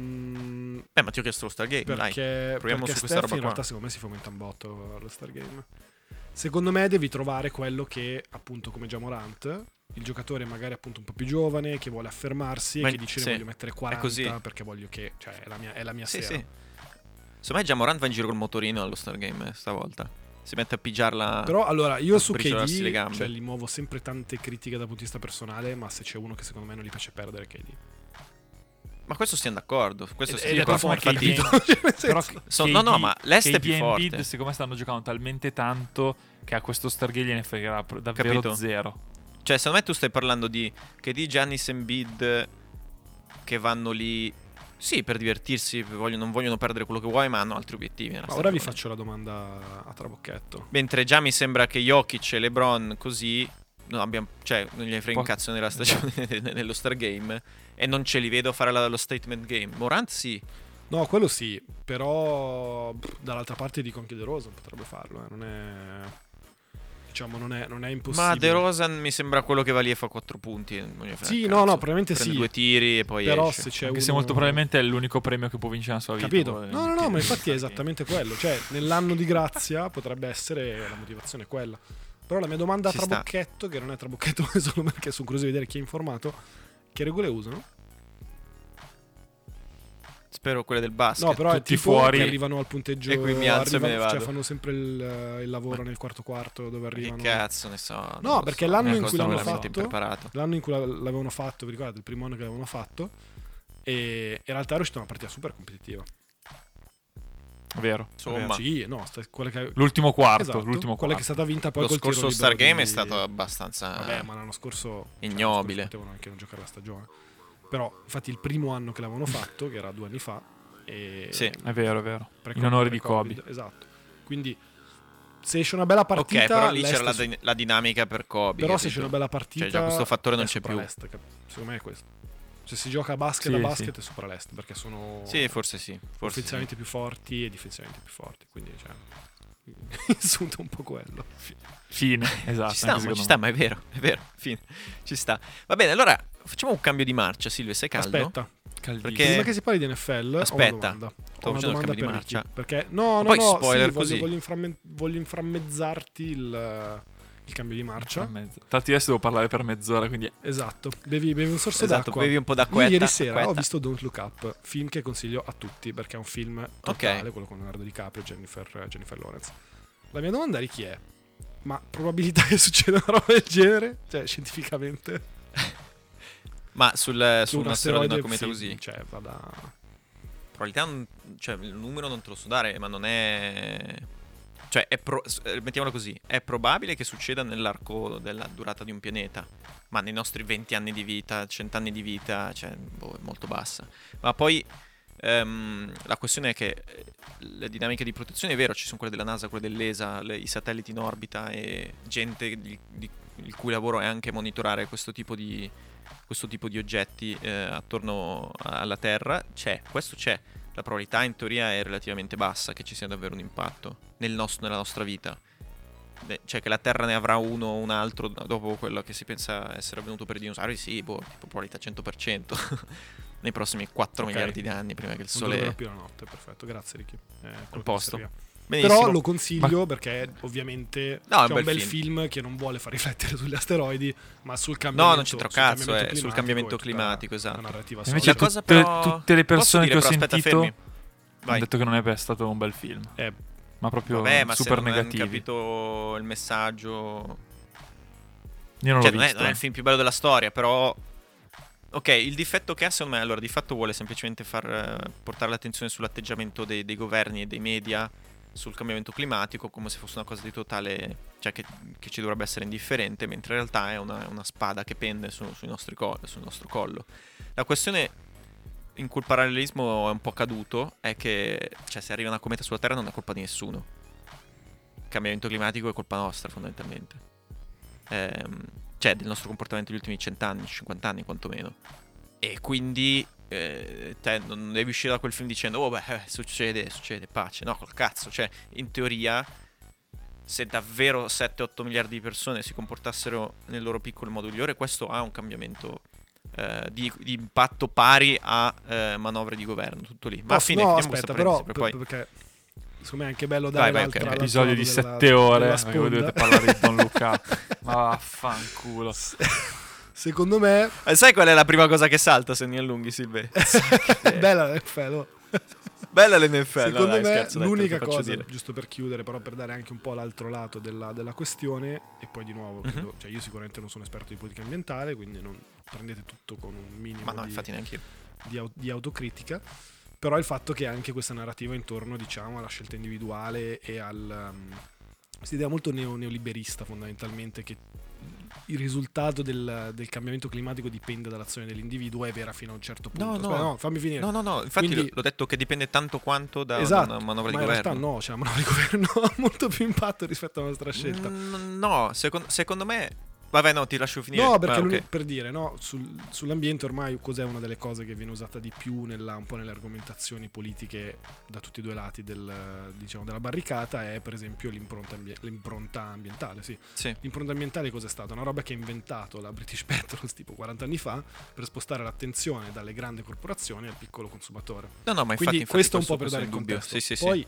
Ma ti ho chiesto lo Star Game, perché, proviamo perché su questa Steph roba qua. In realtà secondo me si fomenta un botto allo Star Game. Secondo me devi trovare quello che, appunto, come già Morant, il giocatore magari appunto un po' più giovane, che vuole affermarsi e che dice ne voglio mettere 40 perché voglio che, cioè è la mia sera. Sì. Secondo me già Morant va in giro col motorino allo Star Game stavolta. Si mette a pigiarla. Però allora io su KD le gambe. Cioè, gli muovo sempre tante critiche dal punto di vista personale, ma se c'è uno che secondo me non gli piace perdere KD. Ma questo stiamo d'accordo. Questo è forte. No, ma l'Est è più forte. Embiid, secondo me stanno giocando talmente tanto che a questo Star Game gliene fregherà davvero zero. Cioè, secondo me tu stai parlando di KD, Giannis, Embiid che vanno lì, sì, per divertirsi, non vogliono perdere quello che vuoi, ma hanno altri obiettivi. Ma ora vi faccio la domanda a trabocchetto. Mentre già mi sembra che Jokic e LeBron così non gli frega un cazzo nella stagione nello Star Game, e non ce li vedo fare lo statement game. Morant sì. No, quello sì, però dall'altra parte dico anche DeRozan potrebbe farlo, non è, diciamo, non è impossibile. Ma DeRozan mi sembra quello che va lì e fa 4 punti. Sì, no, probabilmente prende sì. 2 tiri e poi però esce. Se c'è anche se molto probabilmente è l'unico premio che può vincere nella sua vita. Capito? No, ma infatti è esattamente quello. Cioè, nell'anno di grazia potrebbe essere la motivazione quella. Però la mia domanda a trabocchetto, che non è trabocchetto solo perché sono curioso di vedere chi è informato, che regole usano? Spero quelle del basket. No, però è tutti tipo fuori. che arrivano al punteggio, E qui mi alzo e me ne cioè vado. fanno sempre il lavoro nel quarto dove Che arrivano. cazzo ne so. non No, lo perché so. l'anno Ecco, in cui sono l'hanno veramente fatto, impreparato. l'anno in cui l'avevano fatto, vi ricordate, il primo anno che l'avevano fatto, e in realtà era uscita una partita super competitiva. Vero. Insomma, Sì, no, quella che, L'ultimo quarto. esatto, L'ultimo quella che quarto. è stata vinta poi lo col tiro scorso libero Stargame è di- stato abbastanza Vabbè, ma l'anno scorso ignobile. potevano anche non giocare la stagione. Però, infatti, il primo anno che l'avevano fatto, che era 2 anni fa, e Sì. È vero, è vero. pre-Covid, In onore di pre-Covid, Kobe. esatto. Quindi, se esce una bella partita, Ok, però lì l'Est c'era è su- la dinamica per Kobe. però se capito? c'è una bella partita, Cioè, già questo fattore non è c'è sopra più. l'Est, secondo me è questo. Se si gioca a basket, Sì, a basket è sopra l'Est, perché sono Sì, forse sì. Forse sì. offensivamente più forti e difensivamente più forti. Quindi, cioè, il sunto è un po' quello. Fine, esatto. Ci sta, anche ma secondo ci sta, me. ma è vero, fine. Ci sta. Va bene, allora facciamo un cambio di marcia, Silvio, sei caldo? Aspetta, Caldissimo. Perché- prima che si parli di NFL, Aspetta, ho una domanda. stavo Ho una facendo il domanda cambio di per marcia. Ricky, perché no, poi no, spoiler sì, così. voglio inframmezzarti il cambio di marcia. Infatti adesso devo parlare per mezz'ora, quindi Esatto, bevi un sorso Esatto, d'acqua. bevi un po' Io d'acquetta. ieri sera ho acquetta. visto Don't Look Up, film che consiglio a tutti perché è un film totale, quello con Leonardo DiCaprio e Jennifer Lawrence. La mia domanda a Ricky è: ma probabilità che succeda una roba del genere? Cioè, scientificamente? Ma su Che un un asteroide di asteroide una cometa sì, così? cioè, vada... Probabilità, cioè il numero non te lo so dare, ma non è... Cioè, mettiamolo così, è probabile che succeda nell'arco della durata di un pianeta, ma nei nostri 20 anni di vita, 100 anni di vita, cioè, è molto bassa. Ma poi la questione è che le dinamiche di protezione, è vero, ci sono quelle della NASA, quelle dell'ESA, i satelliti in orbita e gente il cui lavoro è anche monitorare questo tipo di oggetti attorno alla Terra. Questo c'è. La probabilità in teoria è relativamente bassa che ci sia davvero un impatto nella nostra vita. Cioè che la Terra ne avrà uno o un altro dopo quello che si pensa essere avvenuto per i dinosauri, sì, tipo probabilità 100% nei prossimi 4 Ok. miliardi di anni prima che il Non dormirò Sole... più la notte, perfetto, grazie Ricky. Quello che mi posto. serviva. Benissimo. Però lo consiglio perché ovviamente No, è c'è un un bel bel film. film che non vuole far riflettere sugli asteroidi, ma sul cambiamento. No, non c'entra un cazzo, sul cambiamento e tutta climatico, esatto. La narrativa invece La cosa tutte, però- tutte le persone Posso che ho dire, però, aspetta, sentito fermi. hanno Vai. detto che non è stato un bel film, ma proprio Vabbè, ma super se non hanno negativi. capito il messaggio... Io non Cioè, l'ho non è, visto. non è il film più bello della storia, però... Ok, il difetto che ha, secondo me, allora, di fatto vuole semplicemente far portare l'attenzione sull'atteggiamento dei governi e dei media sul cambiamento climatico, come se fosse una cosa di totale... Cioè, che ci dovrebbe essere indifferente, mentre in realtà è una spada che pende sul nostro collo. La questione in cui il parallelismo è un po' caduto è che, cioè, se arriva una cometa sulla Terra non è colpa di nessuno. Il cambiamento climatico è colpa nostra, fondamentalmente. Cioè, del nostro comportamento negli ultimi 100 anni, 50 anni quantomeno. E quindi te non devi uscire da quel film dicendo oh beh, succede, pace. No, col cazzo. Cioè, in teoria, se davvero 7-8 miliardi di persone si comportassero nel loro piccolo modo migliore, questo ha un cambiamento di impatto pari a manovre di governo, tutto lì. Ma a fine, no, finiamo aspetta, questa però parentesi, poi... perché secondo me è anche bello dare Vai, l'altra, ok. l'altro Episodio lato di della- 7 ore, della perché voi dovete sponda. parlare di Don Luca. Ma vaffanculo. Secondo me sai qual è la prima cosa che salta se ne allunghi, Silve? è bella l'NFL. Bella l'NFL. Secondo dai, me scherzo, dai, te l'unica lo faccio cosa, dire. giusto per chiudere, però per dare anche un po' l'altro lato della questione, e poi di nuovo, credo, cioè io sicuramente non sono esperto di politica ambientale, quindi non prendete tutto con un minimo Ma no, infatti neanche io. di autocritica, però il fatto che anche questa narrativa intorno, diciamo, alla scelta individuale e questa idea molto neoliberista fondamentalmente, che il risultato del cambiamento climatico dipende dall'azione dell'individuo, è vera fino a un certo punto. No, Aspetta, no, fammi finire. No, infatti Quindi- l'ho detto che dipende tanto quanto da Esatto, una manovra ma di in governo. realtà no, cioè la manovra di governo ha molto più impatto rispetto alla nostra scelta. No, secondo me... Vabbè, no, ti lascio finire. No, perché Ah, ok. per dire, no, sull'ambiente ormai cos'è una delle cose che viene usata di più un po' nelle argomentazioni politiche da tutti e due lati diciamo, della barricata è per esempio l'impronta ambientale, sì. Sì. L'impronta ambientale cos'è stata? Una roba che ha inventato la British Petrols tipo 40 anni fa per spostare l'attenzione dalle grandi corporazioni al piccolo consumatore. No, ma Quindi infatti questo è un po' per questo dare il è indubbio. contesto. Sì. Poi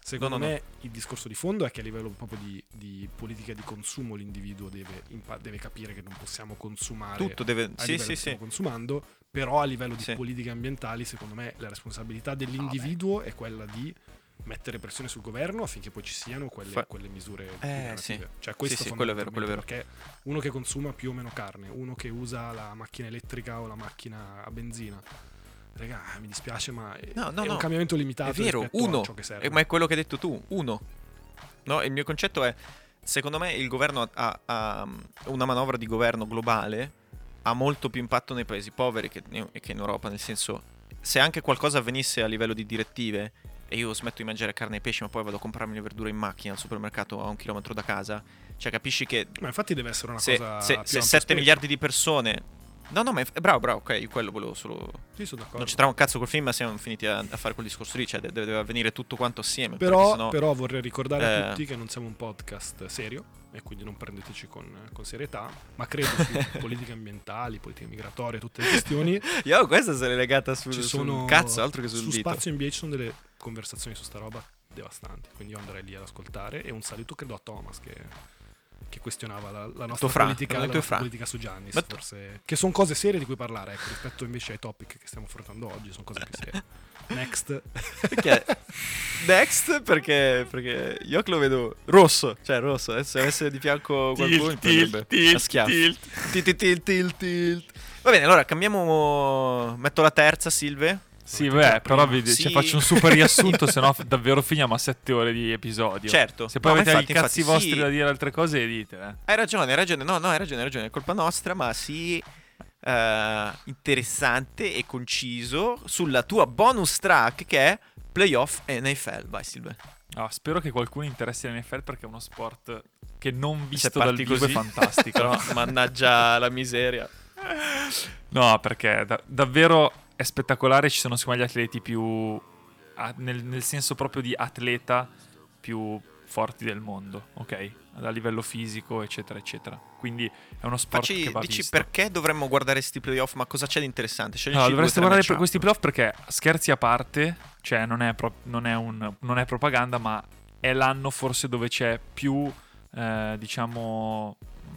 Secondo me il discorso di fondo è che a livello proprio di politica di consumo l'individuo deve capire che non possiamo consumare tutto deve... a Sì, livello sì, che stiamo sì. consumando, però a livello di Sì. politiche ambientali secondo me la responsabilità dell'individuo è quella di mettere pressione sul governo affinché poi ci siano quelle misure governative. sì. Cioè questo Sì, quello è vero, quello è vero. Perché uno che consuma più o meno carne, uno che usa la macchina elettrica o la macchina a benzina, raga, mi dispiace, ma è un cambiamento limitato. È vero, rispetto uno, a ciò che serve. ma è quello che hai detto tu, uno. No, il mio concetto è, secondo me il governo ha una manovra di governo globale, ha molto più impatto nei paesi poveri che in Europa, nel senso, se anche qualcosa avvenisse a livello di direttive e io smetto di mangiare carne e pesce ma poi vado a comprarmi le verdure in macchina al supermercato a 1 chilometro da casa, cioè capisci che Ma infatti deve essere una se cosa più 7 ampia miliardi di persone... No, ma bravo, ok, quello volevo solo... Sì, sono d'accordo. Non c'entrava un cazzo col film, ma siamo finiti a fare quel discorso lì, cioè deve avvenire tutto quanto assieme. Però vorrei ricordare a eh, tutti che non siamo un podcast serio e quindi non prendeteci con serietà, ma credo su politiche ambientali, politiche migratorie, tutte le questioni. Io questa se l'è legata Ci sul sono cazzo, altro che sul su dito. Spazio NBA ci sono delle conversazioni su sta roba devastanti, quindi io andrei lì ad ascoltare e un saluto credo a Thomas che questionava la nostra politica su Giannis, forse, che sono cose serie di cui parlare, ecco, rispetto invece ai topic che stiamo affrontando oggi, sono cose più serie. Next. Next perché io lo vedo rosso, se avesse di fianco qualcuno tilt. Va bene, allora cambiamo, metto la terza, Silve. Sì, beh, però Sì. faccio un super riassunto, se no davvero finiamo a 7 ore di episodio. Certo. Se poi No, avete infatti, i cazzi vostri sì. da dire altre cose, dite. Hai ragione, no, hai ragione, è colpa nostra, ma sì, interessante e conciso sulla tua bonus track che è Playoff NFL. Vai Silve. Spero che qualcuno interessi l'NFL perché è uno sport che non visto Se dal parti vivo è così, fantastico. però mannaggia la miseria. No, perché davvero è spettacolare, ci sono secondo me gli atleti più nel senso proprio di atleta più forti del mondo, ok? A livello fisico, eccetera, eccetera. Quindi è uno sport che va Dici visto. perché dovremmo guardare questi playoff? Ma cosa c'è di interessante? No, dovreste guardare per questi playoff perché, scherzi a parte, cioè non è propaganda, ma è l'anno forse dove c'è più, diciamo,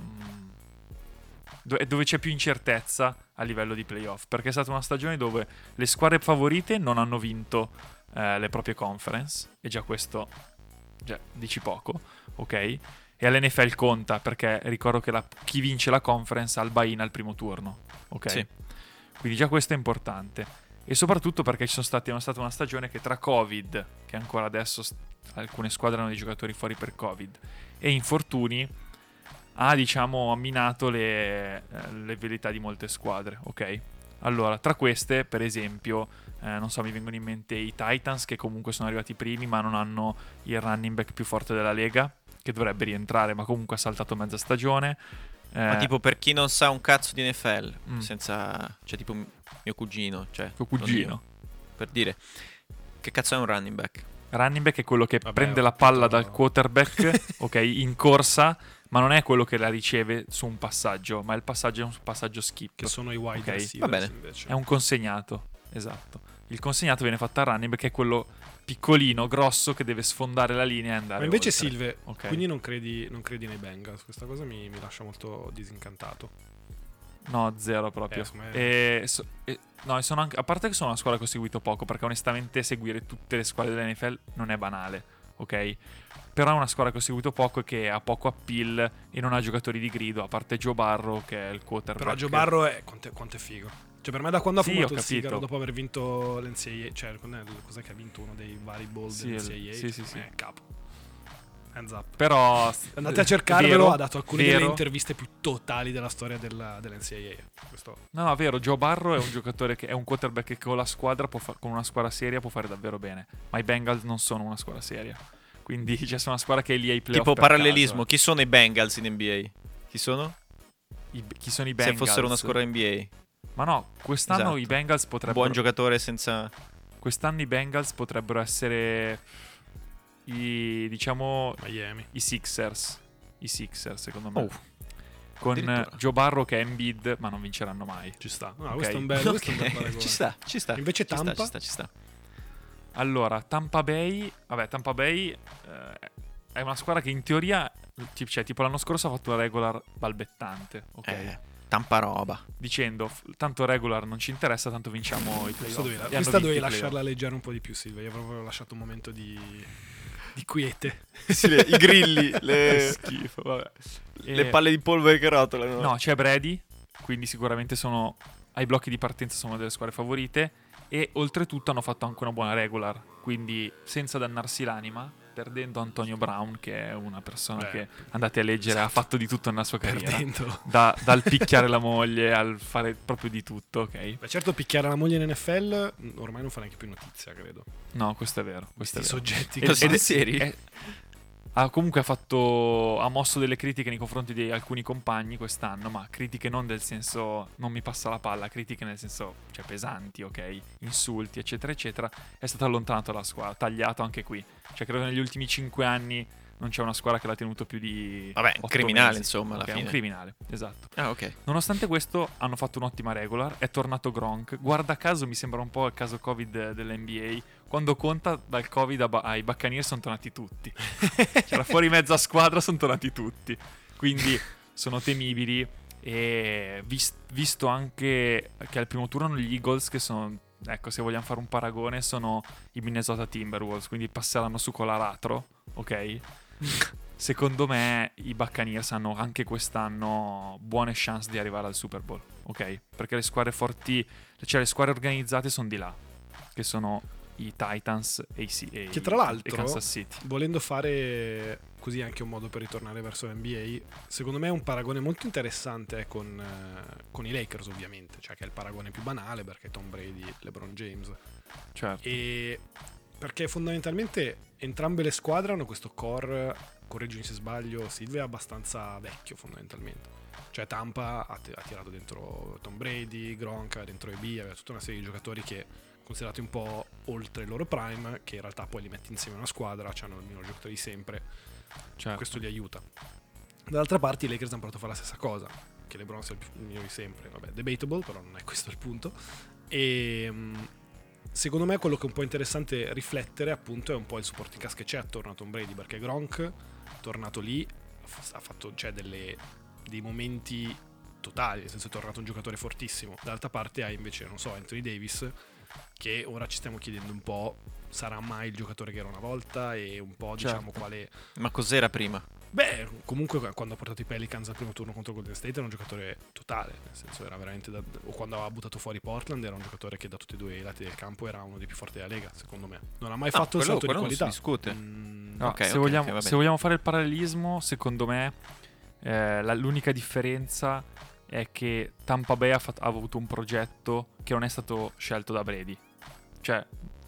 dove c'è più incertezza a livello di playoff, perché è stata una stagione dove le squadre favorite non hanno vinto le proprie conference, e già questo dici poco, ok? E all'NFL conta, perché ricordo che chi vince la conference ha il buy-in al primo turno, ok? Sì. Quindi già questo è importante. E soprattutto perché è stata una stagione che tra Covid, che ancora adesso alcune squadre hanno dei giocatori fuori per Covid, e infortuni, ha diciamo minato le velleità di molte squadre, ok? Allora, tra queste, per esempio, non so, mi vengono in mente i Titans, che comunque sono arrivati primi ma non hanno il running back più forte della Lega, che dovrebbe rientrare ma comunque ha saltato mezza stagione. Ma tipo, per chi non sa un cazzo di NFL, senza... Cioè tipo mio cugino, cioè... Tuo cugino. non io, per dire, che cazzo è un running back? Running back è quello che prende la palla dal quarterback, ok, in corsa, ma non è quello che la riceve su un passaggio, ma il passaggio è un passaggio skip. Che sono i wide Okay. receivers, Va bene. invece. È un consegnato, esatto. Il consegnato viene fatto al running back, è quello piccolino, grosso, che deve sfondare la linea e andare Ma invece oltre. Silve, Ok. quindi non credi nei Bengals? Questa cosa mi lascia molto disincantato. No, zero proprio. secondo me- No, e sono anche, a parte che sono una squadra che ho seguito poco, perché onestamente seguire tutte le squadre dell'NFL non è banale, ok? Però è una squadra che ho seguito poco e che ha poco appeal e non ha giocatori di grido, a parte Joe Burrow, che è il quarterback. Però Joe Burrow è quanto è figo. Cioè per me da quando ha Sì, fumato ho il sigaro capito. dopo aver vinto l'NCAA, cioè cos'è che ha vinto uno dei vari bowl Sì, dell'NCAA? sì, Cioè, sì. è capo. Hands up. Però Andate a cercarvelo, vero, ha dato alcune vero. delle interviste più totali della storia dell'NCAA. Questo No, è vero, Joe Burrow è un giocatore che è un quarterback che con la squadra con una squadra seria può fare davvero bene. Ma i Bengals non sono una squadra seria. Quindi c'è una squadra che è lì ai playoff. Tipo per parallelismo, caso. chi sono i Bengals in NBA? Chi sono? Chi sono i Se Bengals? fossero una squadra NBA. Ma no, quest'anno Esatto. i Bengals Un potrebbero. buon giocatore senza... Quest'anno i Bengals potrebbero essere diciamo Miami. i Sixers. I Sixers, secondo me. Oh, Con addirittura. Joe Burrow che è Embiid, ma non vinceranno mai. Ci sta. No, Ok. questo è un bel Ok, paragone. ci sta. Invece Ci sta, Tampa? ci sta. Allora, Tampa Bay è una squadra che in teoria, cioè tipo l'anno scorso ha fatto una regular balbettante, ok? Tanta roba. Dicendo, tanto regular non ci interessa, tanto vinciamo i playoff. E hanno Questa vinto dovevi i lasciarla playoff. leggere un po' di più, Silvia. Io proprio ho lasciato un momento di quiete. I grilli, Che schifo, vabbè. le palle di polvere che rotolano. No, c'è Brady, quindi sicuramente sono ai blocchi di partenza, sono delle squadre favorite. E oltretutto hanno fatto anche una buona regular, quindi senza dannarsi l'anima, perdendo Antonio Brown, che è una persona che andate a leggere, ha fatto di tutto nella sua carriera, Perdendo. dal picchiare la moglie al fare proprio di tutto, ok? Beh, certo, picchiare la moglie in NFL ormai non fa neanche più notizia, credo. No, questo è vero. Questo è Questi vero. soggetti Ed- Così ed- di seri? Comunque ha mosso delle critiche nei confronti di alcuni compagni quest'anno, ma critiche non del senso non mi passa la palla, critiche nel senso cioè pesanti, ok? Insulti, eccetera, eccetera. È stato allontanato dalla squadra, tagliato anche qui. Cioè credo che negli ultimi 5 anni non c'è una squadra che l'ha tenuto più di Vabbè, un 8 criminale, mesi. insomma, alla Ok, fine. un criminale, esatto. Ah, ok. Nonostante questo hanno fatto un'ottima regular, è tornato Gronk. Guarda caso mi sembra un po' il caso Covid dell'NBA. Quando conta dal Covid ai Buccaneers sono tornati tutti. C'era fuori mezza squadra, sono tornati tutti. Quindi sono temibili. E visto anche che al primo turno gli Eagles, che sono, ecco, se vogliamo fare un paragone, sono i Minnesota Timberwolves, quindi passeranno su con l'aratro, ok? Secondo me i Buccaneers hanno anche quest'anno buone chance di arrivare al Super Bowl, ok? Perché le squadre forti, cioè le squadre organizzate sono di là, che sono i Titans e Che tra l'altro, e Kansas City. volendo fare così anche un modo per ritornare verso l'NBA, secondo me è un paragone molto interessante con i Lakers, ovviamente, cioè che è il paragone più banale perché Tom Brady, LeBron James, Certo. e perché fondamentalmente entrambe le squadre hanno questo core, correggimi se sbaglio Silvia, abbastanza vecchio fondamentalmente. Cioè Tampa ha tirato dentro Tom Brady, Gronk, dentro EB, aveva tutta una serie di giocatori che considerati un po' oltre il loro prime, che in realtà poi li metti insieme a una squadra, hanno il miglior giocatore di sempre, Certo. questo li aiuta. Dall'altra parte i Lakers hanno provato a fare la stessa cosa, che LeBron sia il migliore di sempre, vabbè, debatable, però non è questo il punto. E secondo me quello che è un po' interessante riflettere appunto è un po' il supporting cast che c'è attorno a Tom Brady, perché Gronk, tornato lì, ha fatto dei momenti totali, nel senso è tornato un giocatore fortissimo. Dall'altra parte hai invece, non so, Anthony Davis, che ora ci stiamo chiedendo un po', sarà mai il giocatore che era una volta, e un po' diciamo Certo. quale... Ma cos'era prima? Beh, comunque quando ha portato i Pelicans al primo turno contro Golden State era un giocatore totale, nel senso era veramente o quando aveva buttato fuori Portland era un giocatore che da tutti e due i lati del campo era uno dei più forti della Lega, secondo me. Non ha mai fatto il salto di quello non si qualità. discute. No, Ok, se, ok, vogliamo, ok, va se bene. vogliamo fare il parallelismo, secondo me l'unica differenza è che Tampa Bay ha avuto un progetto che non è stato scelto da Brady. Cioè,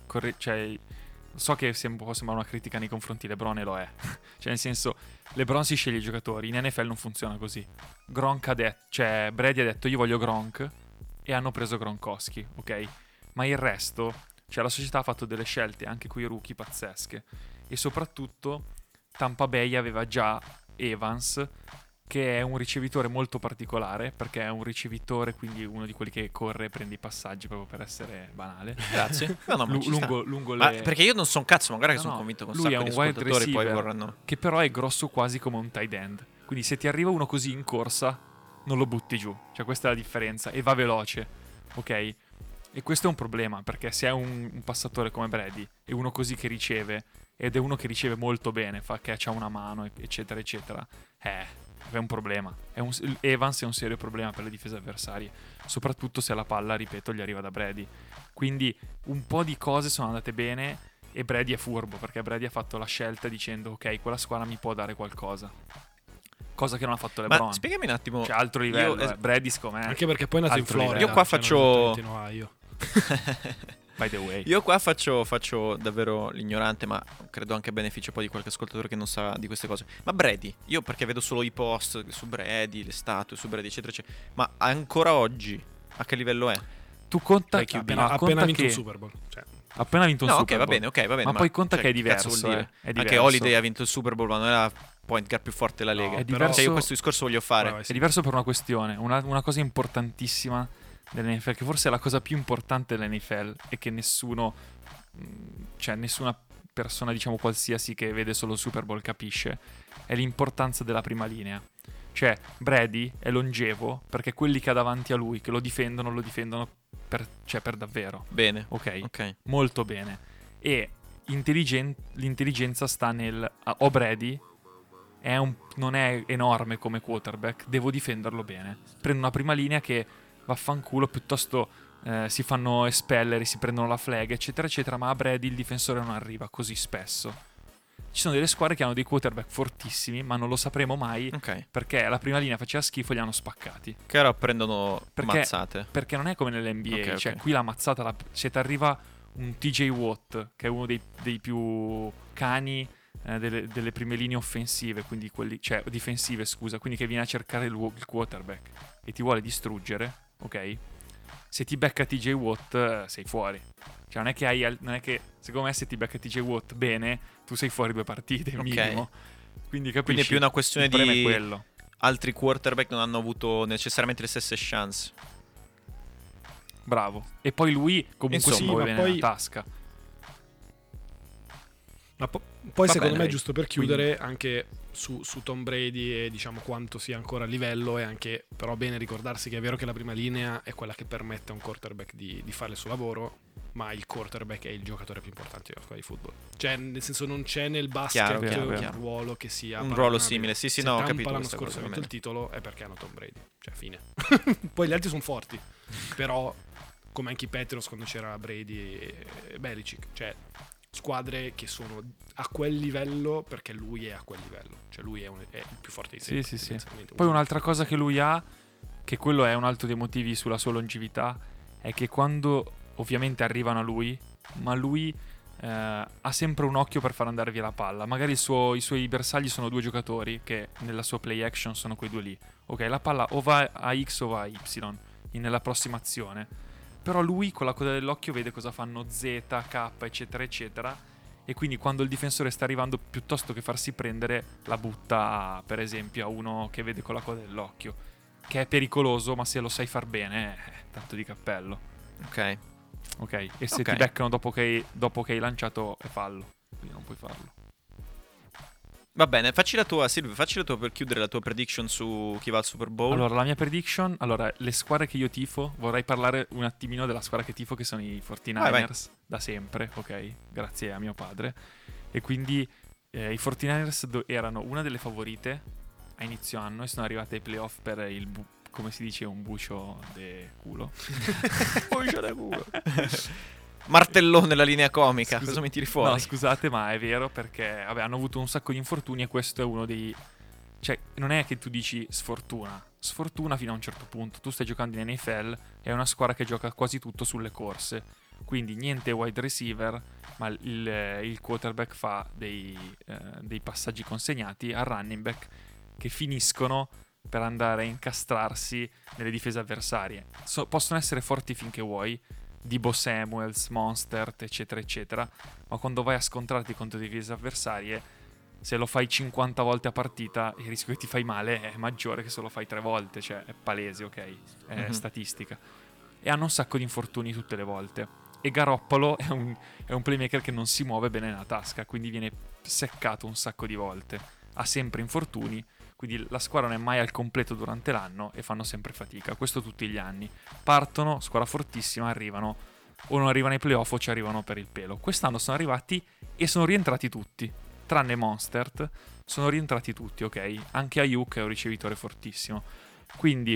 so che può sembrare una critica nei confronti di LeBron, e lo è. Cioè, nel senso, LeBron si sceglie i giocatori, in NFL non funziona così. Brady ha detto io voglio Gronk e hanno preso Gronkowski, ok? Ma il resto, cioè la società ha fatto delle scelte anche coi rookie pazzesche, e soprattutto Tampa Bay aveva già Evans, che è un ricevitore molto particolare, perché è un ricevitore, quindi uno di quelli che corre e prende i passaggi, proprio per essere banale. Grazie. No, no, ma ci sta. lungo Ma le... perché io non sono cazzo, ma guarda che No, sono no, convinto che un lui è sacco di un wide ascoltatori poi receiver vorranno... che però è grosso quasi come un tight end. Quindi se ti arriva uno così in corsa, non lo butti giù. Cioè questa è la differenza. E va veloce, ok? E questo è un problema, perché se è un passatore come Brady e uno così che riceve, ed è uno che riceve molto bene, fa catch a una mano, eccetera, eccetera, è un problema. Evans è un serio problema per le difese avversarie, soprattutto se la palla, ripeto, gli arriva da Brady. Quindi un po' di cose sono andate bene, e Brady è furbo, perché Brady ha fatto la scelta dicendo ok, quella squadra mi può dare qualcosa, cosa che non ha fatto LeBron. Ma spiegami un attimo. Cioè altro livello, Io- Brady secondo me, Anche perché poi è nato in altro Florida. livello. Io qua cioè, faccio- non è esattamente in Ohio. by the way. Io qua faccio davvero l'ignorante, ma credo anche a beneficio poi di qualche ascoltatore che non sa di queste cose. Ma Brady, io perché vedo solo i post su Brady, le statue su Brady, eccetera, eccetera. Ma ancora oggi a che livello è? Tu conta Dai, che Appena conta vinto che un Super Bowl. Cioè, appena vinto un No, Super ok, Bowl. va bene. Ma poi conta che è che cazzo diverso, vuol dire? è Anche diverso. Holiday ha vinto il Super Bowl, ma non è la point guard più forte della No, Lega. è però- diverso. Cioè, io questo discorso voglio fare. vai, È diverso per una questione, una cosa importantissima dell'NFL, che forse è la cosa più importante dell'NFL e che nessuno cioè nessuna persona, diciamo qualsiasi, che vede solo il Super Bowl capisce, è l'importanza della prima linea. Cioè Brady è longevo perché quelli che ha davanti a lui, che lo difendono per davvero. Bene. Ok. Molto bene. E l'intelligenza sta nel Brady non è enorme come quarterback, devo difenderlo bene. Prendo una prima linea che vaffanculo, piuttosto si fanno espellere, si prendono la flag, eccetera eccetera, ma a Brady il difensore non arriva così spesso. Ci sono delle squadre che hanno dei quarterback fortissimi, ma non lo sapremo mai, perché la prima linea faceva schifo e li hanno spaccati. Che ora prendono mazzate. Perché non è come nell'NBA, cioè ok. qui la mazzata, se ti arriva un TJ Watt, che è uno dei più cani delle prime linee offensive, quindi difensive, scusa, quindi che viene a cercare il quarterback e ti vuole distruggere, ok? Se ti becca TJ Watt sei fuori. Cioè non è che secondo me se ti becca TJ Watt bene, tu sei fuori 2 partite minimo. Quindi capisci? Quindi è più una questione il problema di è quello. altri quarterback non hanno avuto necessariamente le stesse chance. Bravo. E poi lui comunque Insomma, si muove bene poi- nella tasca. Ma poi Va secondo bene, me, dai. giusto per chiudere, anche su Tom Brady e diciamo quanto sia ancora a livello, è anche però bene ricordarsi che è vero che la prima linea è quella che permette a un quarterback di fare il suo lavoro, ma il quarterback è il giocatore più importante della squadra di football. Cioè, nel senso, non c'è nel basket Chiaro, un chiaro. ruolo che sia Un paragonabile. ruolo simile. Sì, Se no, ho Tampa capito l'anno questa scorso ha cosa, vinto va il titolo è perché hanno Tom Brady. Cioè, fine. Poi gli altri sono forti, però come anche i Patriots quando c'era Brady e Belichick, cioè squadre che sono a quel livello perché lui è a quel livello, cioè lui è il più forte di sempre. Sì. tendenzialmente. Poi un'altra cosa che lui ha, che quello è un altro dei motivi sulla sua longevità, è che quando ovviamente arrivano a lui, ma lui ha sempre un occhio per far andare via la palla. Magari i suoi bersagli sono 2 giocatori che nella sua play action sono quei 2 lì. Ok, la palla o va a X o va a Y nella prossima azione. Però lui con la coda dell'occhio vede cosa fanno Z, K, eccetera eccetera, e quindi quando il difensore sta arrivando, piuttosto che farsi prendere, la butta per esempio a uno che vede con la coda dell'occhio, che è pericoloso, ma se lo sai far bene tanto di cappello. Ok. Ok, e se Ok. ti beccano dopo che hai lanciato è fallo, quindi non puoi farlo. Va bene, facci la tua, Silvio, facci la tua per chiudere la tua prediction su chi va al Super Bowl. Allora, la mia prediction, le squadre che io tifo, vorrei parlare un attimino della squadra che tifo, che sono i 49ers, Vai. da sempre, ok? Grazie a mio padre. E quindi i 49ers erano una delle favorite a inizio anno e sono arrivate ai playoff per come si dice, un bucio de culo. Bucio da culo. Martellone nella linea comica, Scusa- cosa mi tiri fuori? No, scusate, ma è vero perché hanno avuto un sacco di infortuni e questo è uno dei... Cioè, non è che tu dici sfortuna fino a un certo punto. Tu stai giocando in NFL, è una squadra che gioca quasi tutto sulle corse. Quindi niente wide receiver, ma il quarterback fa dei passaggi consegnati al running back che finiscono per andare a incastrarsi nelle difese avversarie. Possono essere forti finché vuoi, Debo Samuels, Monstert, eccetera eccetera, ma quando vai a scontrarti contro difese avversarie, se lo fai 50 volte a partita, il rischio che ti fai male è maggiore che se lo fai 3 volte, cioè è palese, ok? È statistica. E hanno un sacco di infortuni tutte le volte. E Garoppolo è un playmaker che non si muove bene nella tasca, quindi viene seccato un sacco di volte. Ha sempre infortuni, quindi la squadra non è mai al completo durante l'anno e fanno sempre fatica. Questo tutti gli anni. Partono, squadra fortissima, arrivano o non arrivano ai playoff o ci arrivano per il pelo. Quest'anno sono arrivati e sono rientrati tutti, tranne Monstert, sono rientrati tutti, ok? Anche Ayuk è un ricevitore fortissimo. Quindi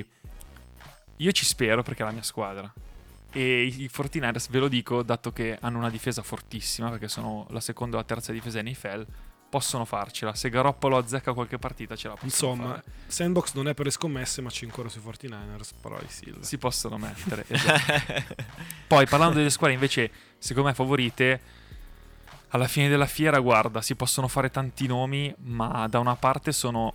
io ci spero perché è la mia squadra. E i 49ers, ve lo dico, dato che hanno una difesa fortissima, perché sono la seconda o la terza difesa NFL, possono farcela. Se Garoppolo azzecca qualche partita ce la possono Insomma, fare. Sandbox non è per le scommesse, ma c'è ancora sui 49ers, però i Seal. Si possono mettere, esatto. Poi parlando delle squadre invece secondo me favorite, alla fine della fiera, guarda, si possono fare tanti nomi, ma da una parte sono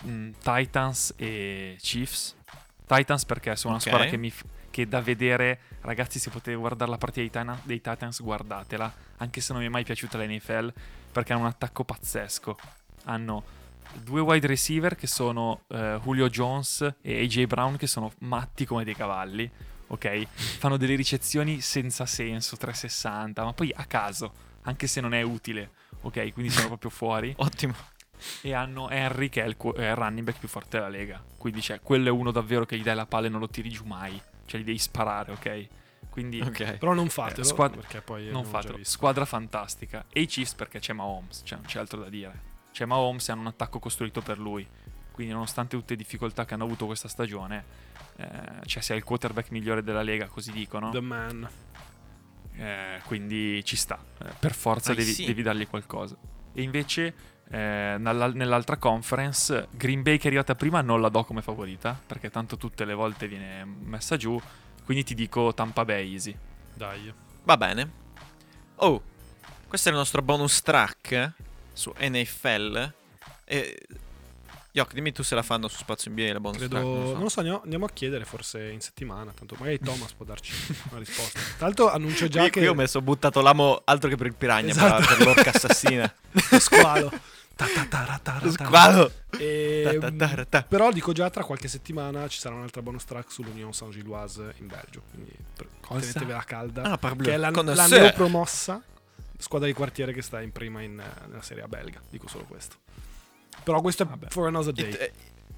Titans e Chiefs. Titans perché sono una Ok. squadra che da vedere, ragazzi, se potete guardare la partita dei Titans, guardatela, anche se non mi è mai piaciuta la NFL, perché hanno un attacco pazzesco. Hanno 2 wide receiver che sono Julio Jones e AJ Brown, che sono matti come dei cavalli. ok? Fanno delle ricezioni senza senso, 360, ma poi a caso, anche se non è utile, ok? Quindi sono proprio fuori. Ottimo. E hanno Henry che è il running back più forte della Lega. Quindi quello è uno davvero che gli dai la palla e non lo tiri giù mai. Cioè gli devi sparare, ok? Quindi Però non fatelo, perché poi non fatelo. Squadra fantastica. E i Chiefs perché c'è Mahomes, cioè non c'è altro da dire. C'è Mahomes e hanno un attacco costruito per lui. Quindi nonostante tutte le difficoltà che hanno avuto questa stagione, cioè sei il quarterback migliore della Lega, così dicono. The man. Quindi ci sta. Per forza devi dargli qualcosa. E invece nell'altra conference Green Bay che è arrivata prima non la do come favorita, perché tanto tutte le volte viene messa giù. Quindi ti dico Tampa Bay easy. Dai. Va bene. Oh, questo è il nostro bonus track su NFL. Yoc, dimmi tu se la fanno su Spazio NBA la bonus Credo, track. non lo so, andiamo a chiedere forse in settimana. Tanto magari Thomas può darci una risposta. Tra l'altro annuncio già che Io ho messo buttato l'amo altro che per il piranha, Esatto. per l'orca assassina. lo squalo. Lo squalo. Però dico già tra qualche settimana ci sarà un'altra bonus track sull'Union Saint-Gilloise in Belgio. Quindi tenetevela calda. Ah, che è la Connoisseur. neopromossa squadra di quartiere che sta in prima nella Serie A belga. Dico solo questo. Però questo è for another day.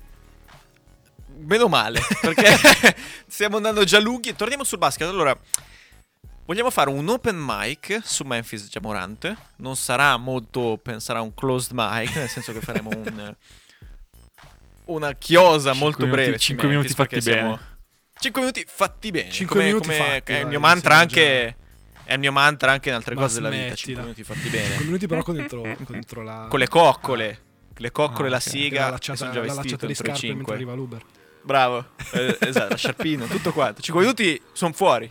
Meno male, perché stiamo andando già lunghi. Torniamo sul basket. Allora, vogliamo fare un open mic su Memphis Jamorant. Non sarà molto open, sarà un closed mic, nel senso che faremo una chiosa molto breve. 5 minuti fatti bene. 5 minuti fatti bene. 5 minuti fatti, è il dai, mio mantra siamo anche. È il mio mantra anche in altre Ma cose della vita. smettila. 5 minuti fatti bene. 5 minuti però contro la... Con le coccole. Le coccole e la ok. siga. La e sono già lacciata vestito le entro i scarpe mentre 5. arriva l'Uber. Bravo, esatto, la sciarpina, tutto quanto. 5 minuti sono fuori.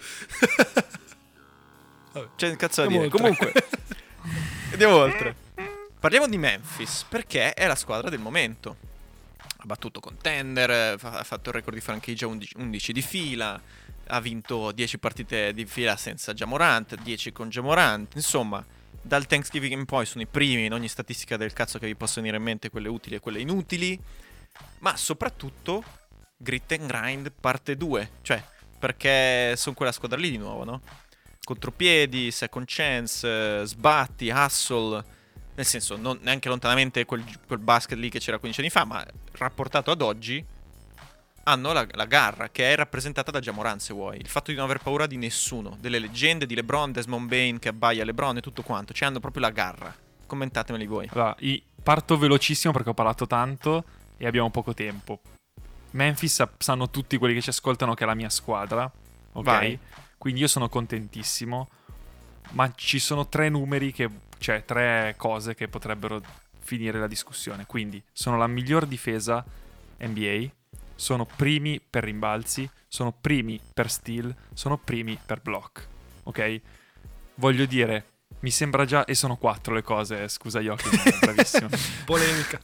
C'è un cazzo da dire. Andiamo oltre. Comunque, andiamo oltre. Parliamo di Memphis, perché è la squadra del momento. Ha battuto contender, ha fatto il record di franchigia 11 di fila, ha vinto 10 partite di fila senza Jamorant, 10 con Jamorant. Insomma, dal Thanksgiving in poi sono i primi in ogni statistica del cazzo che vi possono venire in mente, quelle utili e quelle inutili. Ma soprattutto Grit and Grind parte 2, cioè perché sono quella squadra lì di nuovo, no? Contropiedi, second chance, sbatti, hustle, nel senso non neanche lontanamente quel basket lì che c'era 15 anni fa, ma rapportato ad oggi hanno la garra che è rappresentata da Jamorant, se vuoi, il fatto di non aver paura di nessuno, delle leggende di LeBron, Desmond Bain che abbaia LeBron e tutto quanto, cioè hanno proprio la garra. Commentatemeli voi. Allora, parto velocissimo perché ho parlato tanto e abbiamo poco tempo. Memphis sanno tutti quelli che ci ascoltano che è la mia squadra, ok? Vai. Quindi io sono contentissimo, ma ci sono 3 numeri cioè 3 cose che potrebbero finire la discussione. Quindi sono la miglior difesa NBA, sono primi per rimbalzi, sono primi per steal, sono primi per block, ok? Voglio dire, mi sembra già, e sono 4 le cose, scusa Joachim, bravissimo. Polemica.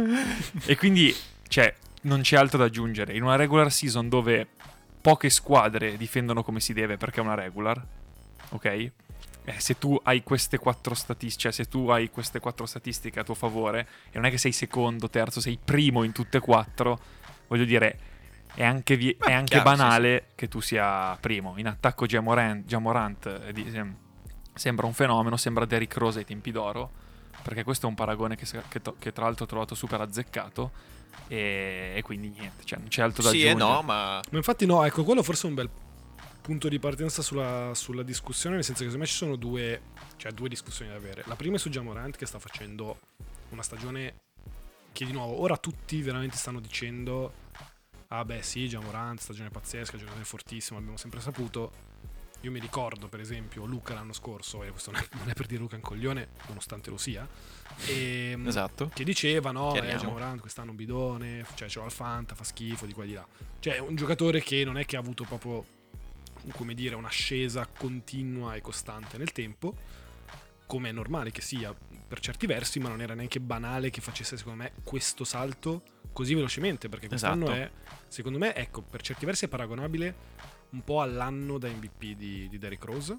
E quindi, cioè, non c'è altro da aggiungere. In una regular season dove poche squadre difendono come si deve perché è una regular, ok? Se tu hai queste 4 statistiche, cioè se tu hai queste 4 statistiche a tuo favore, e non è che sei secondo, terzo, sei primo in tutte e 4, voglio dire, è anche chiaro, banale che tu sia primo. In attacco Jamorant sembra un fenomeno, sembra Derrick Rose ai tempi d'oro, perché questo è un paragone che tra l'altro ho trovato super azzeccato. E quindi niente, cioè non c'è altro da aggiungere. Sì e no, ma Ma infatti no, ecco, quello forse è un bel punto di partenza sulla discussione, nel senso che secondo me ci sono due discussioni da avere. La prima è su Jamorant, che sta facendo una stagione che di nuovo ora tutti veramente stanno dicendo ah beh sì, Jamorant, stagione pazzesca, giocatore fortissimo, abbiamo sempre saputo. Io mi ricordo per esempio Luca l'anno scorso, e questo non è per dire Luca è un coglione, nonostante lo sia, esatto, che diceva no, chiariamo. Jamorant quest'anno un bidone, cioè c'è al Fanta, fa schifo di qua e di là. Cioè è un giocatore che non è che ha avuto proprio, come dire, un'ascesa continua e costante nel tempo, come è normale che sia per certi versi, ma non era neanche banale che facesse secondo me questo salto così velocemente, perché quest'anno Esatto. è, secondo me, ecco, per certi versi è paragonabile un po' all'anno da MVP di Derrick Rose,